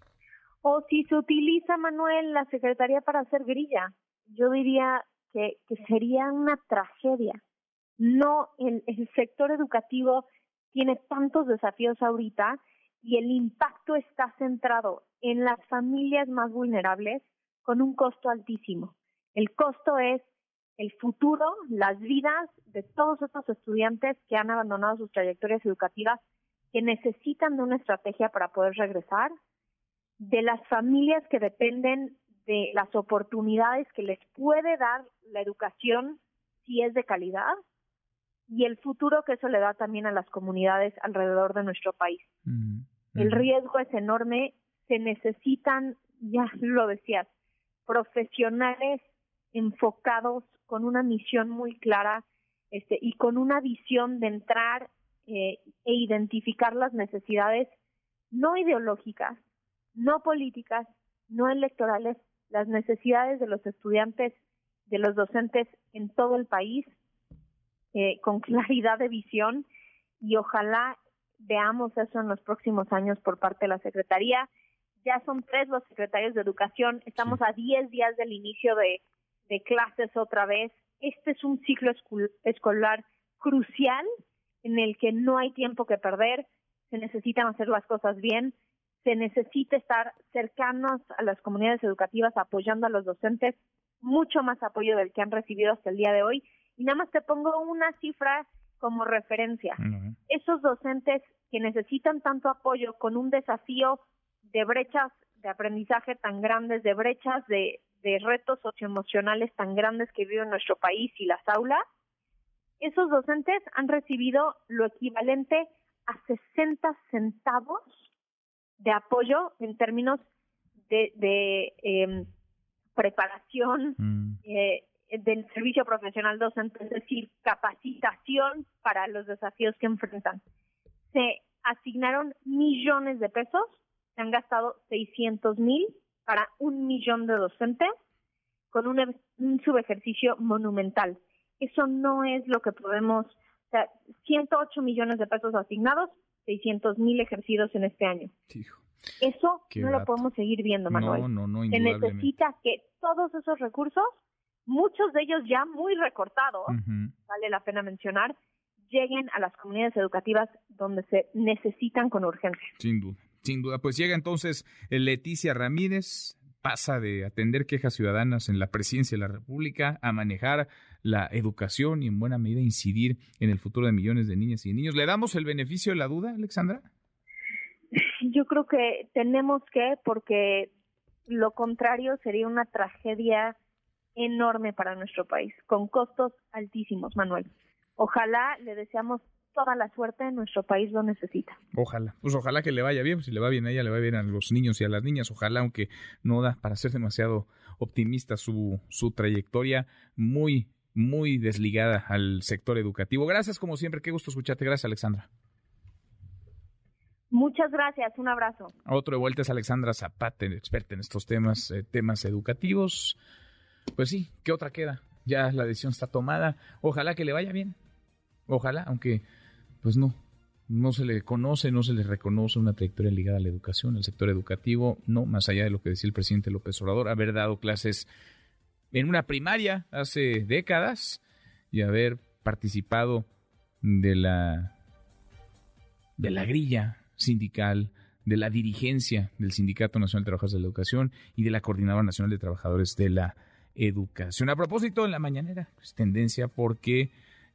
O si se utiliza, Manuel, la Secretaría para hacer grilla. Yo diría que, que sería una tragedia. No, el, el sector educativo tiene tantos desafíos ahorita y el impacto está centrado en las familias más vulnerables con un costo altísimo. El costo es el futuro, las vidas de todos estos estudiantes que han abandonado sus trayectorias educativas, que necesitan de una estrategia para poder regresar, de las familias que dependen de las oportunidades que les puede dar la educación si es de calidad, y el futuro que eso le da también a las comunidades alrededor de nuestro país. Mm-hmm. El riesgo es enorme, se necesitan, ya lo decías, profesionales enfocados con una misión muy clara este, y con una visión de entrar eh, e identificar las necesidades no ideológicas, no políticas, no electorales, las necesidades de los estudiantes, de los docentes en todo el país, eh, con claridad de visión, y ojalá veamos eso en los próximos años por parte de la Secretaría. Ya son tres los secretarios de Educación, estamos sí. a diez días del inicio de, de clases otra vez. Este es un ciclo escol- escolar crucial en el que no hay tiempo que perder, se necesitan hacer las cosas bien, se necesita estar cercanos a las comunidades educativas apoyando a los docentes, mucho más apoyo del que han recibido hasta el día de hoy. Y nada más te pongo una cifra como referencia. Uh-huh. Esos docentes que necesitan tanto apoyo con un desafío de brechas de aprendizaje tan grandes, de brechas de, de retos socioemocionales tan grandes que vive nuestro país y las aulas, esos docentes han recibido lo equivalente a sesenta centavos de apoyo en términos de, de eh, preparación, mm. eh, del servicio profesional docente, es decir, capacitación para los desafíos que enfrentan. Se asignaron millones de pesos, se han gastado seiscientos mil para un millón de docentes, con un, un subejercicio monumental. Eso no es lo que podemos, o sea, ciento ocho millones de pesos asignados, seiscientos mil ejercidos en este año. Hijo, Eso no dato. Lo podemos seguir viendo, Manuel. No, no, no, se necesita que todos esos recursos muchos de ellos ya muy recortados, Uh-huh. vale la pena mencionar, lleguen a las comunidades educativas donde se necesitan con urgencia. Sin duda, sin duda. Pues llega entonces Leticia Ramírez, pasa de atender quejas ciudadanas en la presidencia de la República a manejar la educación y en buena medida incidir en el futuro de millones de niñas y niños. ¿Le damos el beneficio de la duda, Alexandra? Yo creo que tenemos que, porque lo contrario sería una tragedia enorme para nuestro país, con costos altísimos, Manuel. Ojalá, le deseamos toda la suerte, nuestro país lo necesita. Ojalá, pues ojalá que le vaya bien, pues si le va bien a ella, le va bien a los niños y a las niñas, ojalá, aunque no da para ser demasiado optimista su, su trayectoria, muy, muy desligada al sector educativo. Gracias, como siempre, qué gusto escucharte, gracias, Alexandra. Muchas gracias, un abrazo. Otro de vuelta es Alexandra Zapata, experta en estos temas, eh, temas educativos. Pues sí, ¿qué otra queda? Ya la decisión está tomada, ojalá que le vaya bien, ojalá, aunque pues no, no se le conoce, no se le reconoce una trayectoria ligada a la educación, al sector educativo, no, más allá de lo que decía el presidente López Obrador, haber dado clases en una primaria hace décadas y haber participado de la, de la grilla sindical, de la dirigencia del Sindicato Nacional de Trabajadores de la Educación y de la Coordinadora Nacional de Trabajadores de la Educación. A propósito, en la mañanera, es tendencia porque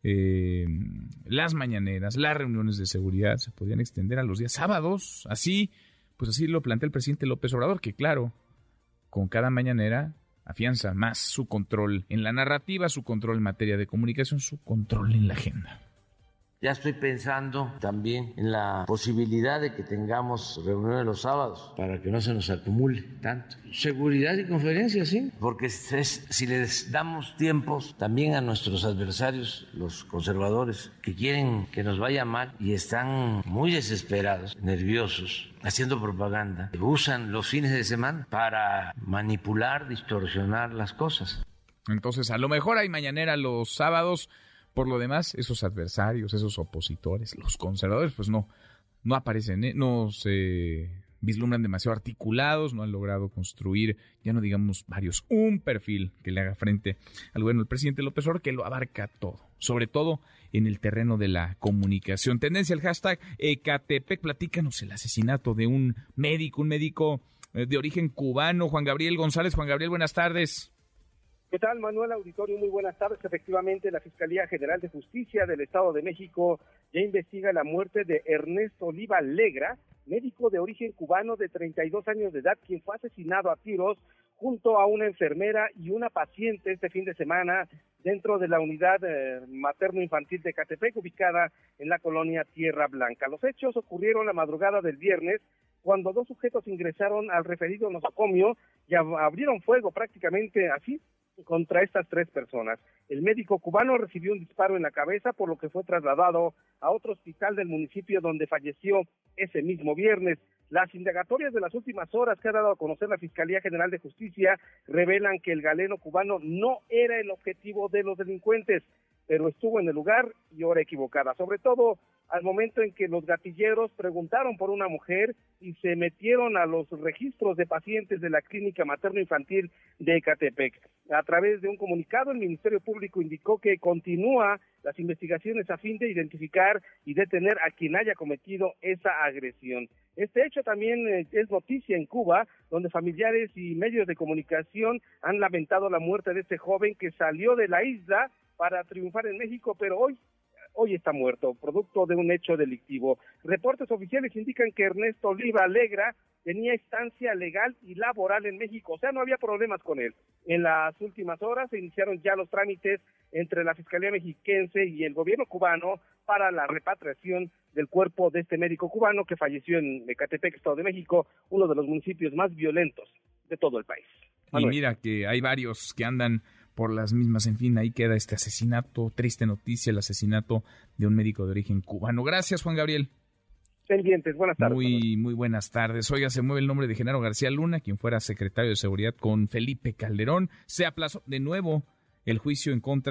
eh, las mañaneras, las reuniones de seguridad se podían extender a los días sábados. Así, pues así lo plantea el presidente López Obrador, que claro, con cada mañanera afianza más su control en la narrativa, su control en materia de comunicación, su control en la agenda. Ya estoy pensando también en la posibilidad de que tengamos reuniones los sábados para que no se nos acumule tanto. Seguridad y conferencias, sí, porque es, si les damos tiempos también a nuestros adversarios, los conservadores, que quieren que nos vaya mal y están muy desesperados, nerviosos, haciendo propaganda, usan los fines de semana para manipular, distorsionar las cosas. Entonces, a lo mejor hay mañanera los sábados. Por lo demás, esos adversarios, esos opositores, los conservadores, pues no, no aparecen, ¿eh? No se vislumbran demasiado articulados, no han logrado construir, ya no digamos varios, un perfil que le haga frente al gobierno del presidente López Obrador, que lo abarca todo, sobre todo en el terreno de la comunicación. Tendencia el hashtag Ecatepec, platícanos el asesinato de un médico, un médico de origen cubano, Juan Gabriel González. Juan Gabriel, buenas tardes. ¿Qué tal, Manuel Auditorio? Muy buenas tardes. Efectivamente, la Fiscalía General de Justicia del Estado de México ya investiga la muerte de Ernesto Oliva Legra, médico de origen cubano de treinta y dos años de edad, quien fue asesinado a tiros junto a una enfermera y una paciente este fin de semana dentro de la unidad eh, materno-infantil de Ecatepec, ubicada en la colonia Tierra Blanca. Los hechos ocurrieron la madrugada del viernes, cuando dos sujetos ingresaron al referido nosocomio y ab- abrieron fuego prácticamente así contra estas tres personas. El médico cubano recibió un disparo en la cabeza, por lo que fue trasladado a otro hospital del municipio donde falleció ese mismo viernes. Las indagatorias de las últimas horas que ha dado a conocer la Fiscalía General de Justicia revelan que el galeno cubano no era el objetivo de los delincuentes, pero estuvo en el lugar y hora equivocada, sobre todo al momento en que los gatilleros preguntaron por una mujer y se metieron a los registros de pacientes de la clínica materno-infantil de Ecatepec. A través de un comunicado, el Ministerio Público indicó que continúa las investigaciones a fin de identificar y detener a quien haya cometido esa agresión. Este hecho también eh, es noticia en Cuba, donde familiares y medios de comunicación han lamentado la muerte de este joven que salió de la isla para triunfar en México, pero hoy Hoy está muerto, producto de un hecho delictivo. Reportes oficiales indican que Ernesto Oliva Legra tenía estancia legal y laboral en México, o sea, no había problemas con él. En las últimas horas se iniciaron ya los trámites entre la Fiscalía Mexiquense y el gobierno cubano para la repatriación del cuerpo de este médico cubano que falleció en Ecatepec, Estado de México, uno de los municipios más violentos de todo el país. Manuel. Y mira que hay varios que andan por las mismas, en fin, ahí queda este asesinato, triste noticia, el asesinato de un médico de origen cubano. Gracias, Juan Gabriel. Pendientes, buenas tardes. Muy, muy buenas tardes. Oiga, se mueve el nombre de Genaro García Luna, quien fuera secretario de Seguridad con Felipe Calderón. Se aplazó de nuevo el juicio en contra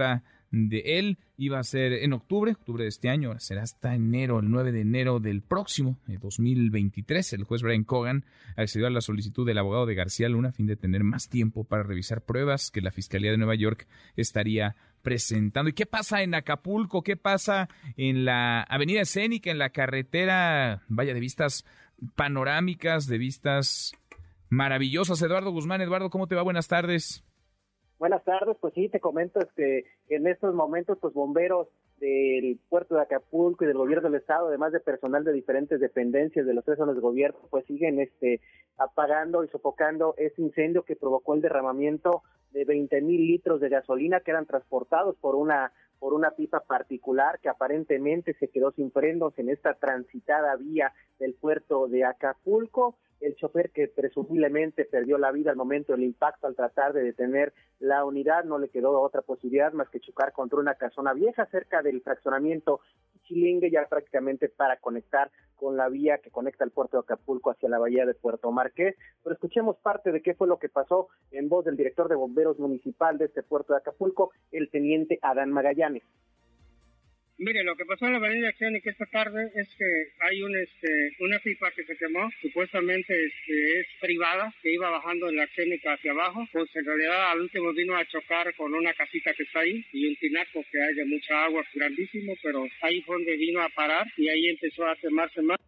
de él iba a ser en octubre, octubre de este año, será hasta enero, el nueve de enero del próximo, de dos mil veintitrés. El juez Brian Cogan accedió a la solicitud del abogado de García Luna a fin de tener más tiempo para revisar pruebas que la Fiscalía de Nueva York estaría presentando. ¿Y qué pasa en Acapulco? ¿Qué pasa en la avenida escénica, en la carretera, vaya, de vistas panorámicas, de vistas maravillosas? Eduardo Guzmán. Eduardo, ¿cómo te va? Buenas tardes. Buenas tardes, pues sí, te comento que en estos momentos pues bomberos del puerto de Acapulco y del gobierno del estado, además de personal de diferentes dependencias de los tres zonas de gobierno, pues siguen este apagando y sofocando ese incendio que provocó el derramamiento de veinte mil litros de gasolina que eran transportados por una por una pipa particular que aparentemente se quedó sin frenos en esta transitada vía del puerto de Acapulco. El chofer, que presumiblemente perdió la vida al momento del impacto al tratar de detener la unidad, no le quedó otra posibilidad más que chocar contra una casona vieja cerca del fraccionamiento Chilingue, ya prácticamente para conectar con la vía que conecta el puerto de Acapulco hacia la bahía de Puerto Marqués. Pero escuchemos parte de qué fue lo que pasó en voz del director de bomberos municipal de este puerto de Acapulco, el teniente Adán Magallanes. Mire, lo que pasó en la avenida Escénica esta tarde es que hay un, este, una pipa que se quemó, supuestamente este, es privada, que iba bajando en la Escénica hacia abajo, pues en realidad al último vino a chocar con una casita que está ahí y un tinaco que hay de mucha agua, grandísimo, pero ahí fue donde vino a parar y ahí empezó a quemarse más.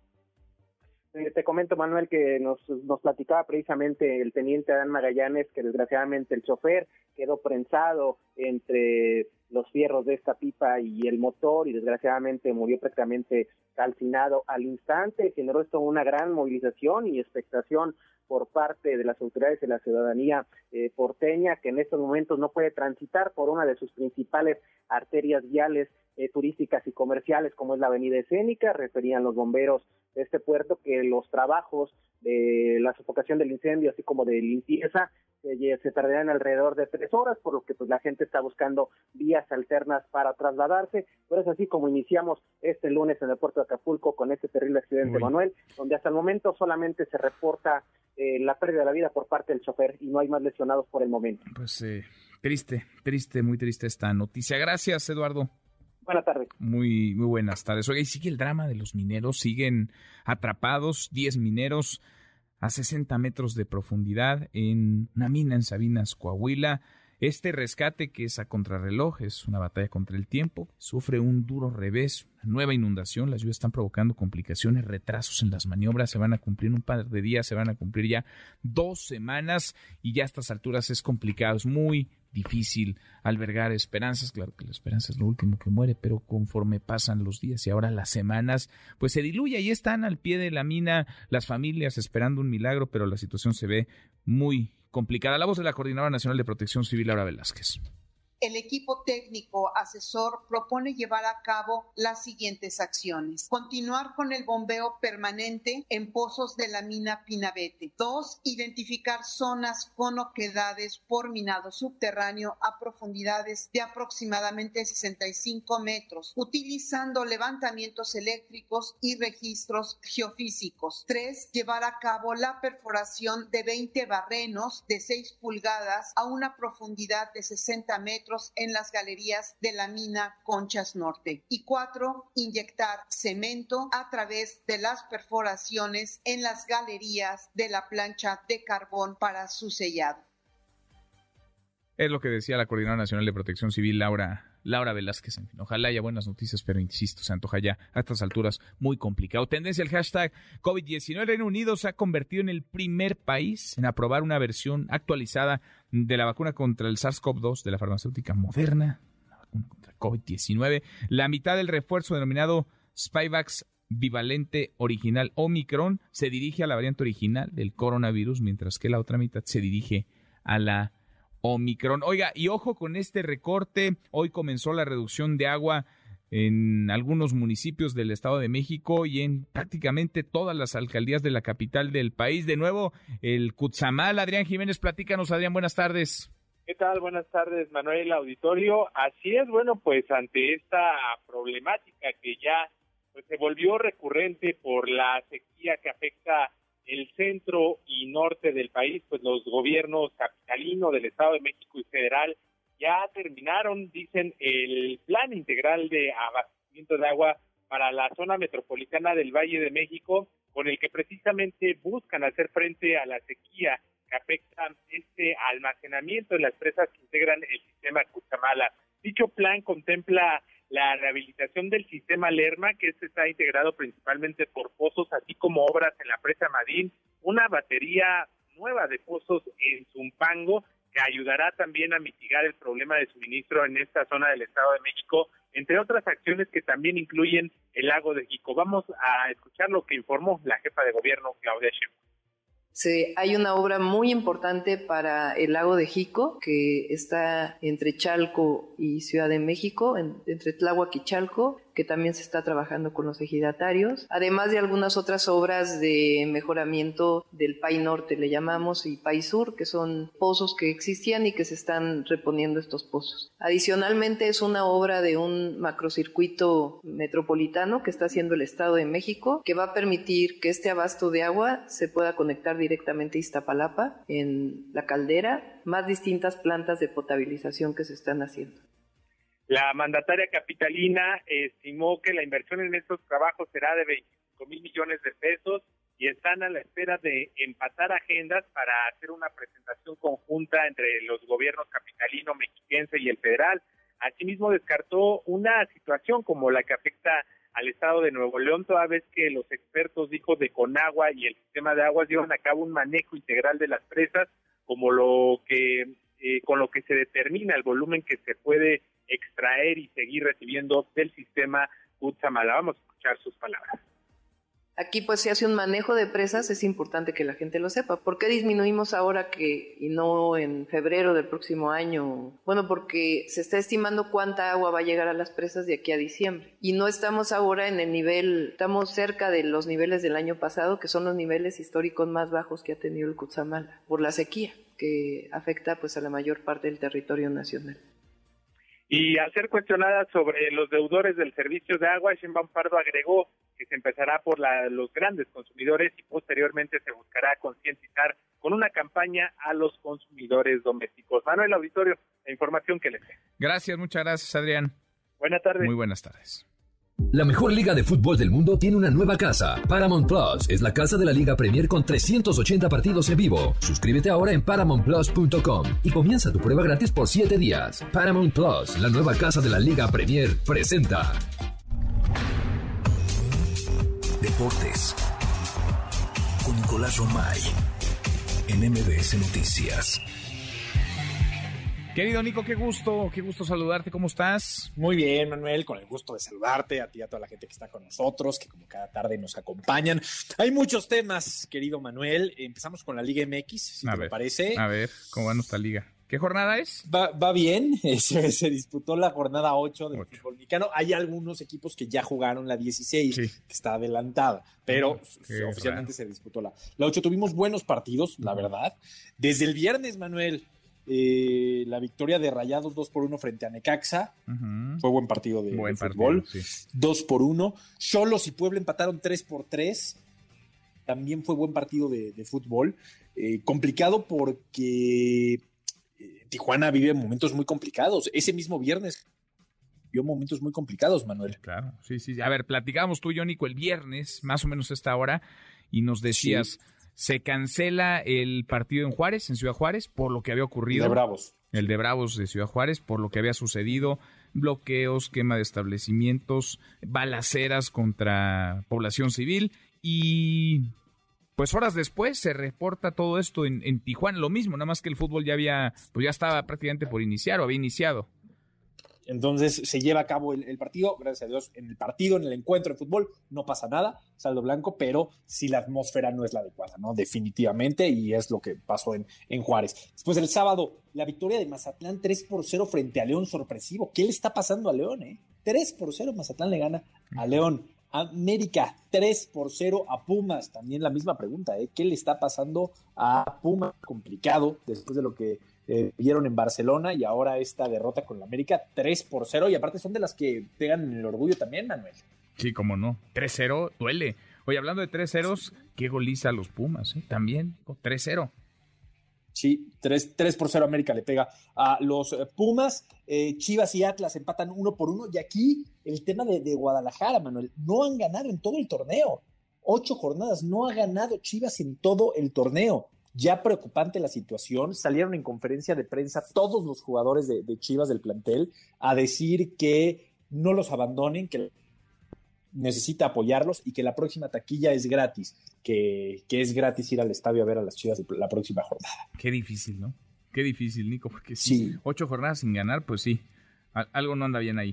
Eh, te comento, Manuel, que nos, nos platicaba precisamente el teniente Adán Magallanes que desgraciadamente el chofer quedó prensado entre los fierros de esta pipa y el motor y desgraciadamente murió prácticamente calcinado al instante. Generó esto una gran movilización y expectación por parte de las autoridades de la ciudadanía eh, porteña, que en estos momentos no puede transitar por una de sus principales arterias viales eh, turísticas y comerciales, como es la avenida Escénica. Referían los bomberos de este puerto que los trabajos de la sofocación del incendio, así como de limpieza, eh, se tardarán alrededor de tres horas, por lo que pues la gente está buscando vías alternas para trasladarse. Pero es así como iniciamos este lunes en el puerto de Acapulco con este terrible accidente, Uy. Manuel, donde hasta el momento solamente se reporta eh, la pérdida de la vida por parte del chofer y no hay más lesionados por el momento. Pues eh, triste, triste, muy triste esta noticia. Gracias, Eduardo. Buenas tardes. Muy, muy buenas tardes. Oiga, y sigue el drama de los mineros, siguen atrapados, diez mineros a sesenta metros de profundidad en una mina en Sabinas, Coahuila. Este rescate, que es a contrarreloj, es una batalla contra el tiempo, sufre un duro revés, una nueva inundación. Las lluvias están provocando complicaciones, retrasos en las maniobras. Se van a cumplir un par de días, se van a cumplir ya dos semanas y ya a estas alturas es complicado, es muy difícil albergar esperanzas. Claro que la esperanza es lo último que muere, pero conforme pasan los días y ahora las semanas, pues se diluye. Ahí están al pie de la mina las familias esperando un milagro, pero la situación se ve muy complicada. La voz de la Coordinadora Nacional de Protección Civil, Laura Velázquez. El equipo técnico asesor propone llevar a cabo las siguientes acciones. Continuar con el bombeo permanente en pozos de la mina Pinabete. Dos, identificar zonas con oquedades por minado subterráneo a profundidades de aproximadamente sesenta y cinco metros, utilizando levantamientos eléctricos y registros geofísicos. Tres, llevar a cabo la perforación de veinte barrenos de seis pulgadas a una profundidad de sesenta metros en las galerías de la mina Conchas Norte. Y cuatro, inyectar cemento a través de las perforaciones en las galerías de la plancha de carbón para su sellado. Es lo que decía la Coordinadora Nacional de Protección Civil, Laura Laura Velázquez. En fin, ojalá haya buenas noticias, pero insisto, se antoja ya a estas alturas muy complicado. Tendencia el hashtag COVID diecinueve. El Reino Unido se ha convertido en el primer país en aprobar una versión actualizada de la vacuna contra el SARS-CoV dos de la farmacéutica Moderna, la vacuna contra el COVID diecinueve. La mitad del refuerzo denominado Spikevax bivalente original Omicron se dirige a la variante original del coronavirus, mientras que la otra mitad se dirige a la Omicron. Oiga, y ojo con este recorte. Hoy comenzó la reducción de agua en algunos municipios del Estado de México y en prácticamente todas las alcaldías de la capital del país. De nuevo, el Cuetzamal. Adrián Jiménez, platícanos, Adrián, buenas tardes. ¿Qué tal? Buenas tardes, Manuel, auditorio. Así es, bueno, pues ante esta problemática que ya pues, se volvió recurrente por la sequía que afecta el centro y norte del país, pues los gobiernos capitalino del Estado de México y federal ya terminaron, dicen, el plan integral de abastecimiento de agua para la zona metropolitana del Valle de México, con el que precisamente buscan hacer frente a la sequía que afecta este almacenamiento en las presas que integran el sistema Cutzamala. Dicho plan contempla la rehabilitación del sistema Lerma, que este está integrado principalmente por pozos, así como obras en la presa Madín, una batería nueva de pozos en Zumpango, que ayudará también a mitigar el problema de suministro en esta zona del Estado de México, entre otras acciones que también incluyen el lago de Jico. Vamos a escuchar lo que informó la jefa de gobierno, Claudia Sheinbaum. Se, hay una obra muy importante para el lago de Jico, que está entre Chalco y Ciudad de México, en, entre Tláhuac y Chalco, que también se está trabajando con los ejidatarios, además de algunas otras obras de mejoramiento del P A I Norte, le llamamos, y P A I Sur, que son pozos que existían y que se están reponiendo estos pozos. Adicionalmente es una obra de un macrocircuito metropolitano que está haciendo el Estado de México, que va a permitir que este abasto de agua se pueda conectar directamente a Iztapalapa, en La Caldera, más distintas plantas de potabilización que se están haciendo. La mandataria capitalina estimó que la inversión en estos trabajos será de veinticinco mil millones de pesos y están a la espera de empatar agendas para hacer una presentación conjunta entre los gobiernos capitalino, mexiquense y el federal. Asimismo, descartó una situación como la que afecta al estado de Nuevo León, toda vez que los expertos, dijo, de Conagua y el sistema de aguas llevan a cabo un manejo integral de las presas, como lo que eh, con lo que se determina el volumen que se puede extraer y seguir recibiendo del sistema Cutzamala. Vamos a escuchar sus palabras. Aquí pues se hace un manejo de presas, es importante que la gente lo sepa. ¿Por qué disminuimos ahora que y no en febrero del próximo año? Bueno, porque se está estimando cuánta agua va a llegar a las presas de aquí a diciembre. Y no estamos ahora en el nivel, estamos cerca de los niveles del año pasado, que son los niveles históricos más bajos que ha tenido el Cutzamala, por la sequía, que afecta pues a la mayor parte del territorio nacional. Y al ser cuestionada sobre los deudores del servicio de agua, Sheinbaum Pardo agregó que se empezará por la, los grandes consumidores y posteriormente se buscará concientizar con una campaña a los consumidores domésticos. Manuel Auditorio, la información que les tengo. Gracias, muchas gracias, Adrián. Buenas tardes. Muy buenas tardes. La mejor liga de fútbol del mundo tiene una nueva casa. Paramount Plus es la casa de la Liga Premier con trescientos ochenta partidos en vivo. Suscríbete ahora en paramount plus punto com y comienza tu prueba gratis por siete días. Paramount Plus, la nueva casa de la Liga Premier, presenta Deportes con Nicolás Romay en M B S Noticias. Querido Nico, qué gusto, qué gusto saludarte, ¿cómo estás? Muy bien, Manuel, con el gusto de saludarte, a ti y a toda la gente que está con nosotros, que como cada tarde nos acompañan. Hay muchos temas, querido Manuel. Empezamos con la Liga M X, si a te ver, parece. A ver, ¿cómo va nuestra liga? ¿Qué jornada es? Va, va bien, se, se disputó la jornada ocho del fútbol mexicano. Hay algunos equipos que ya jugaron la dieciséis, sí, que está adelantada, pero Qué oficialmente raro. se disputó la, la ocho. Tuvimos buenos partidos, la verdad. Desde el viernes, Manuel, eh, la victoria de Rayados dos por uno frente a Necaxa. Uh-huh. Fue buen partido de, buen de fútbol. Partido, sí. dos por uno. Xolos y Puebla empataron tres por tres. También fue buen partido de, de fútbol. Eh, complicado porque Tijuana vive momentos muy complicados. Ese mismo viernes vio momentos muy complicados, Manuel. Claro, sí, sí. A ver, platicábamos tú y yo, Nico, el viernes, más o menos a esta hora, y nos decías, sí. se cancela el partido en Juárez, en Ciudad Juárez, por lo que había ocurrido. El de Bravos. El de Bravos de Ciudad Juárez, por lo que había sucedido, bloqueos, quema de establecimientos, balaceras contra población civil, y pues horas después se reporta todo esto en, en Tijuana, lo mismo, nada más que el fútbol ya había, pues ya estaba prácticamente por iniciar o había iniciado. Entonces se lleva a cabo el, el partido, gracias a Dios, en el partido, en el encuentro de fútbol, no pasa nada, saldo blanco, pero sí la atmósfera no es la adecuada, ¿no? Definitivamente, y es lo que pasó en, en Juárez. Después el sábado, la victoria de Mazatlán tres por cero frente a León, sorpresivo. ¿Qué le está pasando a León, eh? tres por cero, Mazatlán le gana a León. América tres por cero a Pumas, también la misma pregunta, ¿eh? ¿Qué le está pasando a Pumas? Complicado, después de lo que eh, vieron en Barcelona y ahora esta derrota con la América, tres por cero, y aparte son de las que pegan en el orgullo también, Manuel. Sí, cómo no, tres cero duele. Oye, hablando de tres ceros, qué goliza a los Pumas, ¿eh? También, tres cero. Sí, tres por cero América le pega a los Pumas. Eh, Chivas y Atlas empatan uno por uno. Y aquí el tema de, de Guadalajara, Manuel. No han ganado en todo el torneo. Ocho jornadas. No ha ganado Chivas en todo el torneo. Ya preocupante la situación. Salieron en conferencia de prensa todos los jugadores de, de Chivas del plantel a decir que no los abandonen, que necesita apoyarlos y que la próxima taquilla es gratis, que, que es gratis ir al estadio a ver a las Chivas la próxima jornada. Qué difícil, ¿no? Qué difícil, Nico, porque sí. sí, ocho jornadas sin ganar, pues sí, algo no anda bien ahí.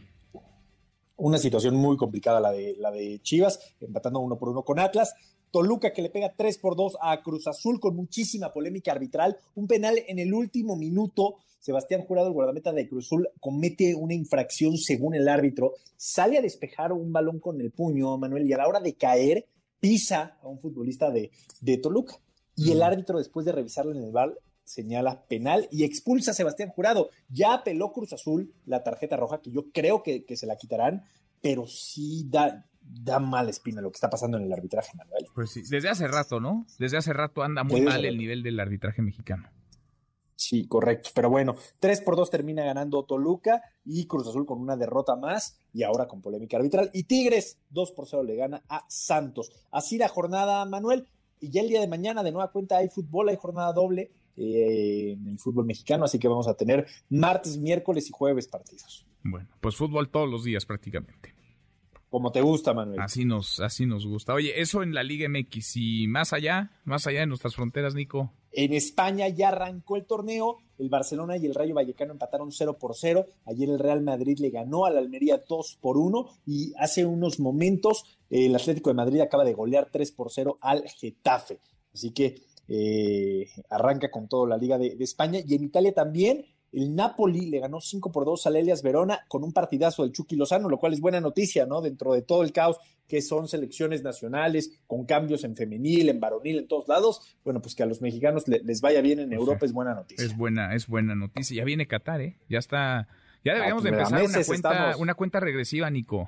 Una situación muy complicada la de, la de Chivas, empatando uno por uno con Atlas. Toluca que le pega tres por dos a Cruz Azul con muchísima polémica arbitral, un penal en el último minuto. Sebastián Jurado, el guardameta de Cruz Azul, comete una infracción según el árbitro, sale a despejar un balón con el puño, Manuel, y a la hora de caer, pisa a un futbolista de, de Toluca. Y el árbitro, después de revisarlo en el V A R, señala penal y expulsa a Sebastián Jurado. Ya apeló Cruz Azul la tarjeta roja, que yo creo que, que se la quitarán, pero sí da, da mala espina lo que está pasando en el arbitraje, Manuel. Pues sí, desde hace rato, ¿no? Desde hace rato anda muy desde mal el nivel del arbitraje mexicano. Sí, correcto, pero bueno, tres por dos termina ganando Toluca y Cruz Azul con una derrota más y ahora con polémica arbitral. Y Tigres, dos por cero le gana a Santos. Así la jornada, Manuel, y ya el día de mañana de nueva cuenta hay fútbol, hay jornada doble eh, en el fútbol mexicano, así que vamos a tener martes, miércoles y jueves partidos. Bueno, pues fútbol todos los días prácticamente. Como te gusta, Manuel. Así nos, así nos gusta. Oye, eso en la Liga M X y más allá, más allá de nuestras fronteras, Nico. En España ya arrancó el torneo, el Barcelona y el Rayo Vallecano empataron cero por cero, ayer el Real Madrid le ganó a la Almería dos por uno y hace unos momentos el Atlético de Madrid acaba de golear tres por cero al Getafe, así que eh, arranca con todo la Liga de, de España. Y en Italia también el Napoli le ganó cinco por dos al Hellas Verona con un partidazo del Chucky Lozano, lo cual es buena noticia, ¿no? Dentro de todo el caos que son selecciones nacionales, con cambios en femenil, en varonil, en todos lados, bueno, pues que a los mexicanos le, les vaya bien en Europa, o sea, es buena noticia. Es buena, es buena noticia. Ya viene Qatar, ¿eh? Ya está, ya deberíamos ah, de empezar una cuenta, estamos... una cuenta regresiva, Nico.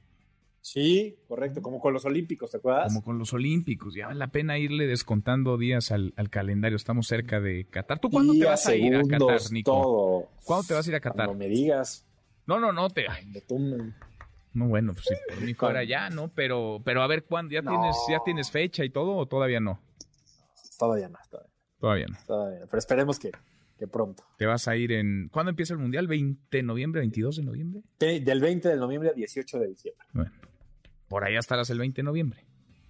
Sí, correcto, como con los Olímpicos, ¿te acuerdas? Como con los Olímpicos, ya vale la pena irle descontando días al, al calendario, estamos cerca de Qatar. ¿Tú cuándo Días, te vas a ir a Qatar, Nico? Todo. ¿Cuándo te vas a ir a Qatar? Cuando me digas. No, no, no, te... Ay, me tumben. No, bueno, pues sí, por mí fuera ya, ¿no? Pero, pero a ver, ¿cuándo? ¿Ya, no. tienes, ¿Ya tienes fecha y todo o todavía no? Todavía no, todavía. Todavía no. Todavía no, pero esperemos que, que pronto. ¿Te vas a ir en... ¿Cuándo empieza el Mundial? ¿veinte de noviembre, veintidós de noviembre? Del veinte de noviembre al dieciocho de diciembre. Bueno, por allá estarás el veinte de noviembre.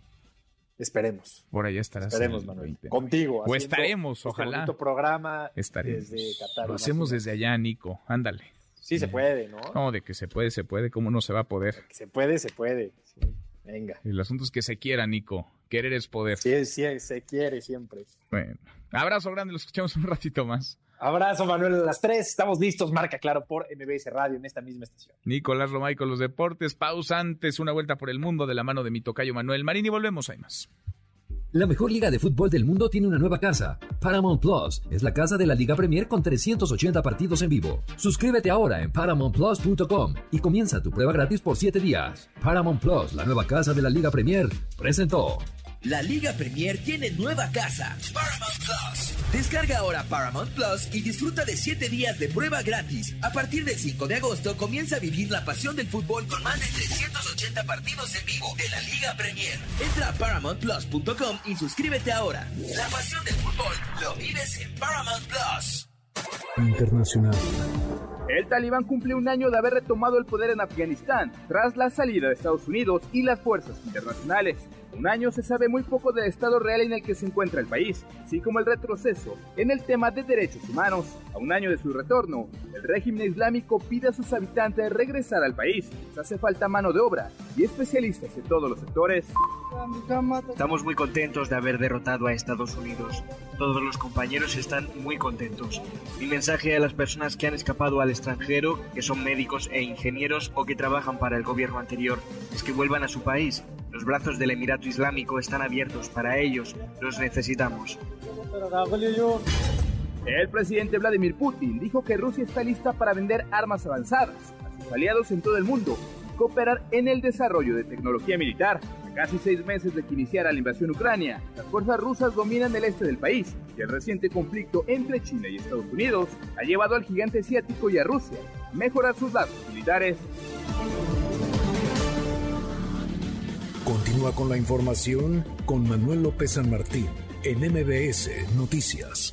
Esperemos. Por allá estarás. Esperemos, Manuel. Contigo. O estaremos, ojalá. Este programa estaremos. Desde Qatar. Lo hacemos desde allá, Nico. Ándale. Sí, se puede, ¿no? No, de que se puede, se puede. ¿Cómo no se va a poder? Que se puede, se puede. Sí. Venga. El asunto es que se quiera, Nico. Querer es poder. Sí, sí, se quiere siempre. Bueno. Abrazo grande, los escuchamos un ratito más. Abrazo, Manuel, a las tres. Estamos listos, marca claro por M B S Radio en esta misma estación. Nicolás Romay con los deportes. Pausa antes, una vuelta por el mundo de la mano de mi tocayo Manuel Marín y volvemos, hay más. La mejor liga de fútbol del mundo tiene una nueva casa. Paramount Plus es la casa de la Liga Premier con trescientos ochenta partidos en vivo. Suscríbete ahora en paramount plus punto com y comienza tu prueba gratis por siete días. Paramount Plus, la nueva casa de la Liga Premier, presentó. La Liga Premier tiene nueva casa, Paramount Plus. Descarga ahora Paramount Plus y disfruta de siete días de prueba gratis. A partir del cinco de agosto comienza a vivir la pasión del fútbol con más de trescientos ochenta partidos en vivo de la Liga Premier. Entra a paramount plus punto com y suscríbete ahora. La pasión del fútbol lo vives en Paramount Plus. Internacional. El Talibán cumple un año de haber retomado el poder en Afganistán tras la salida de Estados Unidos y las fuerzas internacionales. Un año se sabe muy poco del estado real en el que se encuentra el país, así como el retroceso en el tema de derechos humanos. A un año de su retorno, el régimen islámico pide a sus habitantes regresar al país. Les hace falta mano de obra y especialistas en todos los sectores. Estamos muy contentos de haber derrotado a Estados Unidos. Todos los compañeros están muy contentos. Mi mensaje a las personas que han escapado al extranjero, que son médicos e ingenieros o que trabajan para el gobierno anterior, es que vuelvan a su país. Los brazos del Emirato Islámico están abiertos para ellos. Los necesitamos. El presidente Vladimir Putin dijo que Rusia está lista para vender armas avanzadas a sus aliados en todo el mundo y cooperar en el desarrollo de tecnología militar. La casi seis meses de que iniciara la invasión a Ucrania, las fuerzas rusas dominan el este del país y el reciente conflicto entre China y Estados Unidos ha llevado al gigante asiático y a Rusia a mejorar sus lazos militares. Continúa con la información con Manuel López San Martín en M B S Noticias.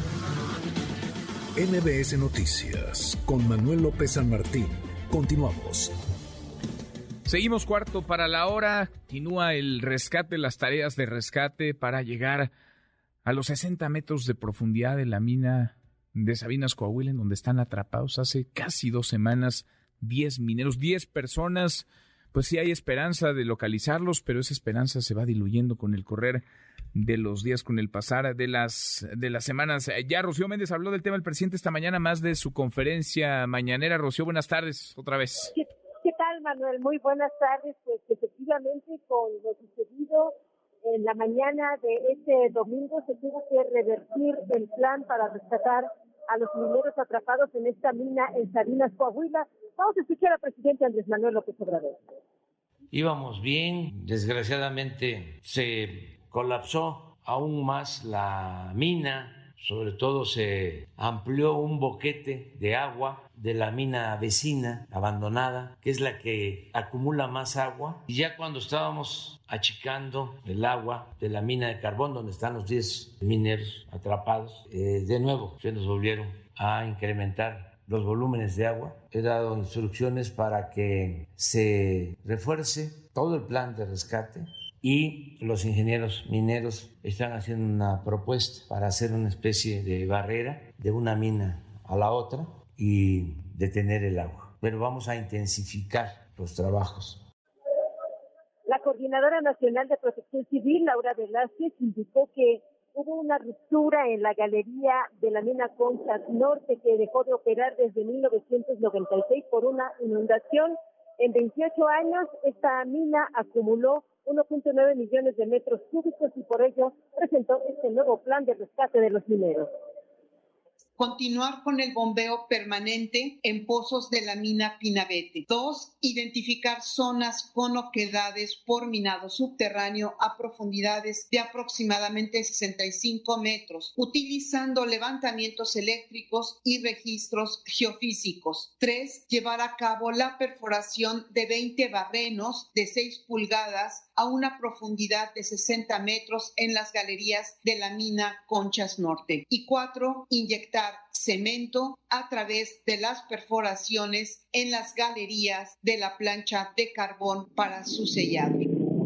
M B S Noticias con Manuel López San Martín. Continuamos. Seguimos cuarto para la hora. Continúa el rescate, las tareas de rescate para llegar a los sesenta metros de profundidad de la mina de Sabinas, Coahuila, en donde están atrapados hace casi dos semanas diez mineros, diez personas. Pues sí hay esperanza de localizarlos, pero esa esperanza se va diluyendo con el correr de los días, con el pasar de las de las semanas. Ya Rocío Méndez habló del tema del presidente esta mañana, más de su conferencia mañanera. Rocío, buenas tardes, otra vez. ¿Qué, qué tal, Manuel? Muy buenas tardes. Pues efectivamente, con lo sucedido en la mañana de este domingo, se tuvo que revertir el plan para rescatar a los mineros atrapados en esta mina en Sabinas, Coahuila. Vamos a escuchar al presidente Andrés Manuel López Obrador. Íbamos bien, desgraciadamente se colapsó aún más la mina, sobre todo se amplió un boquete de agua de la mina vecina abandonada, que es la que acumula más agua, y ya cuando estábamos achicando el agua de la mina de carbón, donde están los diez mineros atrapados, eh, de nuevo se nos volvieron a incrementar los volúmenes de agua. He dado instrucciones para que se refuerce todo el plan de rescate y los ingenieros mineros están haciendo una propuesta para hacer una especie de barrera de una mina a la otra y detener el agua. Pero vamos a intensificar los trabajos. La Coordinadora Nacional de Protección Civil, Laura Velázquez, indicó que hubo una ruptura en la galería de la mina Conchas Norte que dejó de operar desde mil novecientos noventa y seis por una inundación. En veintiocho años, esta mina acumuló uno punto nueve millones de metros cúbicos y por ello presentó este nuevo plan de rescate de los mineros. Continuar con el bombeo permanente en pozos de la mina Pinabete. Dos, identificar zonas con oquedades por minado subterráneo a profundidades de aproximadamente sesenta y cinco metros, utilizando levantamientos eléctricos y registros geofísicos. Tres, llevar a cabo la perforación de veinte barrenos de seis pulgadas a una profundidad de sesenta metros en las galerías de la mina Conchas Norte. Y cuatro, inyectar cemento a través de las perforaciones en las galerías de la plancha de carbón para su sellado.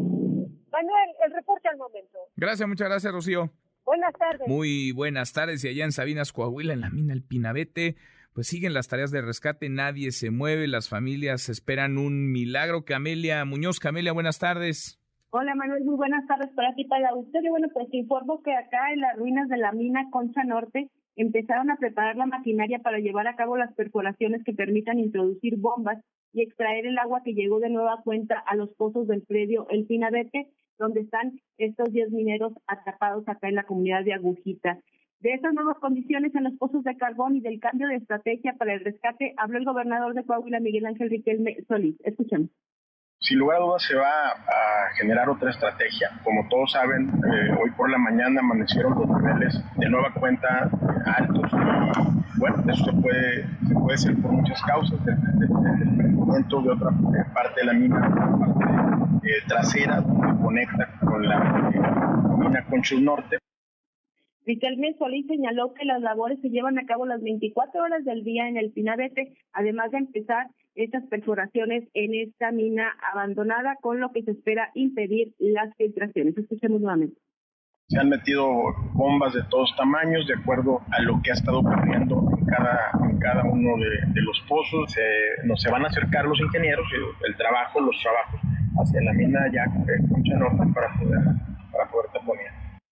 Manuel, el reporte al momento. Gracias, muchas gracias, Rocío. Buenas tardes. Muy buenas tardes. Y allá en Sabinas, Coahuila, en la mina El Pinabete, pues siguen las tareas de rescate, nadie se mueve, las familias esperan un milagro. Camelia Muñoz, Camelia, buenas tardes. Hola Manuel, muy buenas tardes para ti, para el auditorio. Bueno, pues te informo que acá en las ruinas de la mina Concha Norte empezaron a preparar la maquinaria para llevar a cabo las perforaciones que permitan introducir bombas y extraer el agua que llegó de nueva cuenta a los pozos del predio El Pinabete, donde están estos diez mineros atrapados acá en la comunidad de Agujita. De estas nuevas condiciones en los pozos de carbón y del cambio de estrategia para el rescate habló el gobernador de Coahuila, Miguel Ángel Riquelme Solís. Escuchemos. Sin lugar a dudas se va a generar otra estrategia. Como todos saben, eh, hoy por la mañana amanecieron los niveles de nueva cuenta altos. Y, bueno, eso se puede, se puede ser por muchas causas, del de, de, de, de otra parte de la mina, la parte eh, trasera, donde conecta con la eh, mina Conchas Norte. Riquelme Solís señaló que las labores se llevan a cabo las veinticuatro horas del día en el Pinabete, además de empezar estas perforaciones en esta mina abandonada, con lo que se espera impedir las filtraciones. Escuchemos nuevamente. Se han metido bombas de todos tamaños, de acuerdo a lo que ha estado ocurriendo en cada, en cada uno de, de los pozos. Se, no, se van a acercar los ingenieros, el, el trabajo, los trabajos hacia la mina ya eh, Concha Norte para poder, para poder taponear.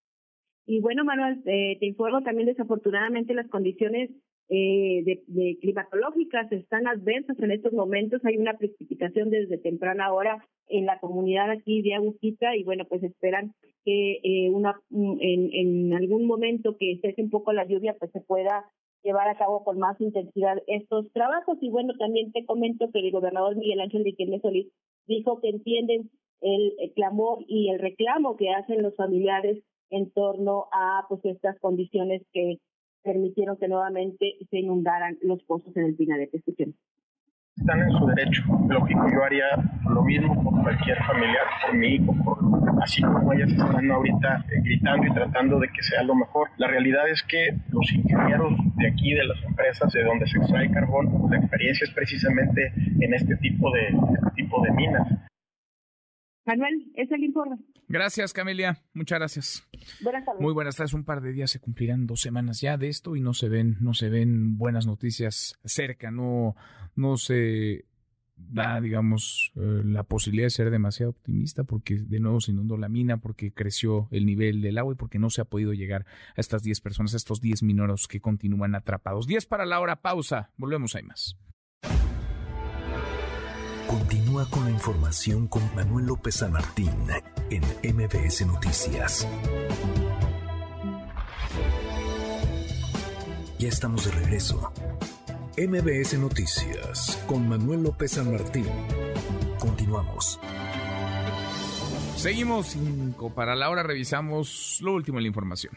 Y bueno, Manuel, eh, te informo también, desafortunadamente las condiciones eh, de, de climatológicas están adversas en estos momentos. Hay una precipitación desde temprana hora en la comunidad aquí de Agujita y bueno, pues esperan que eh, una en, en algún momento que cese un poco la lluvia, pues se pueda llevar a cabo con más intensidad estos trabajos. Y bueno, también te comento que el gobernador Miguel Ángel Riquelme Solís dijo que entienden el, el clamor y el reclamo que hacen los familiares en torno a pues estas condiciones que permitieron que nuevamente se inundaran los pozos en el Pinabete. Escuchen. Están en su derecho. Lógico, yo haría lo mismo por cualquier familiar, por mi hijo, por, así como ellas están ahorita eh, gritando y tratando de que sea lo mejor. La realidad es que los ingenieros de aquí, de las empresas de donde se extrae carbón, la experiencia es precisamente en este tipo de, este tipo de minas. Manuel, es el informe. Gracias, Camelia. Muchas gracias. Buenas tardes. Muy buenas tardes. Un par de días se cumplirán dos semanas ya de esto y no se ven, no se ven buenas noticias cerca. No, no se da, digamos, eh, la posibilidad de ser demasiado optimista porque de nuevo se inundó la mina, porque creció el nivel del agua y porque no se ha podido llegar a estas diez personas, a estos diez mineros que continúan atrapados. diez para la hora, pausa. Volvemos, hay más. Continúa con la información con Manuel López San Martín en M B S Noticias. Ya estamos de regreso. M B S Noticias con Manuel López San Martín. Continuamos. Seguimos cinco para la hora, revisamos lo último en la información.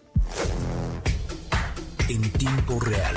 En tiempo real.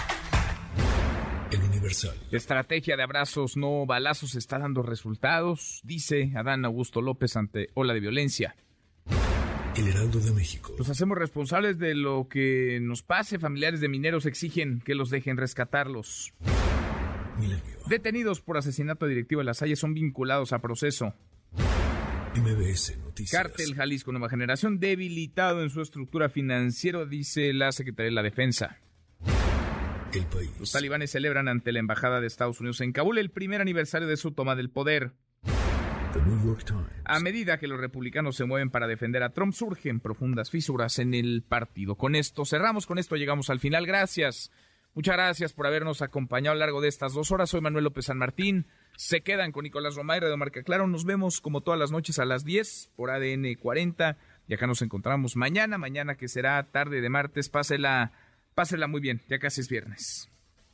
El Universal. La estrategia de abrazos no balazos está dando resultados, dice Adán Augusto López ante ola de violencia. El Heraldo de México. Los hacemos responsables de lo que nos pase. Familiares de mineros exigen que los dejen rescatarlos. Milenio. Detenidos por asesinato de directivo de La Salle son vinculados a proceso. M B S Noticias. Cártel Jalisco Nueva Generación debilitado en su estructura financiera, dice la Secretaría de la Defensa. El País. Los talibanes celebran ante la Embajada de Estados Unidos en Kabul el primer aniversario de su toma del poder. The New York Times. A medida que los republicanos se mueven para defender a Trump, surgen profundas fisuras en el partido. Con esto cerramos, con esto llegamos al final. Gracias, muchas gracias por habernos acompañado a lo largo de estas dos horas. Soy Manuel López San Martín. Se quedan con Nicolás Romay, Radio Marca Claro. Nos vemos como todas las noches a las diez por A D N cuarenta. Y acá nos encontramos mañana, mañana que será tarde de martes. Pásela, pásela muy bien, ya casi es viernes.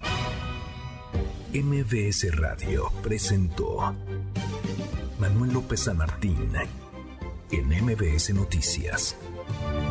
M B S Radio presentó Manuel López San Martín en M B S Noticias.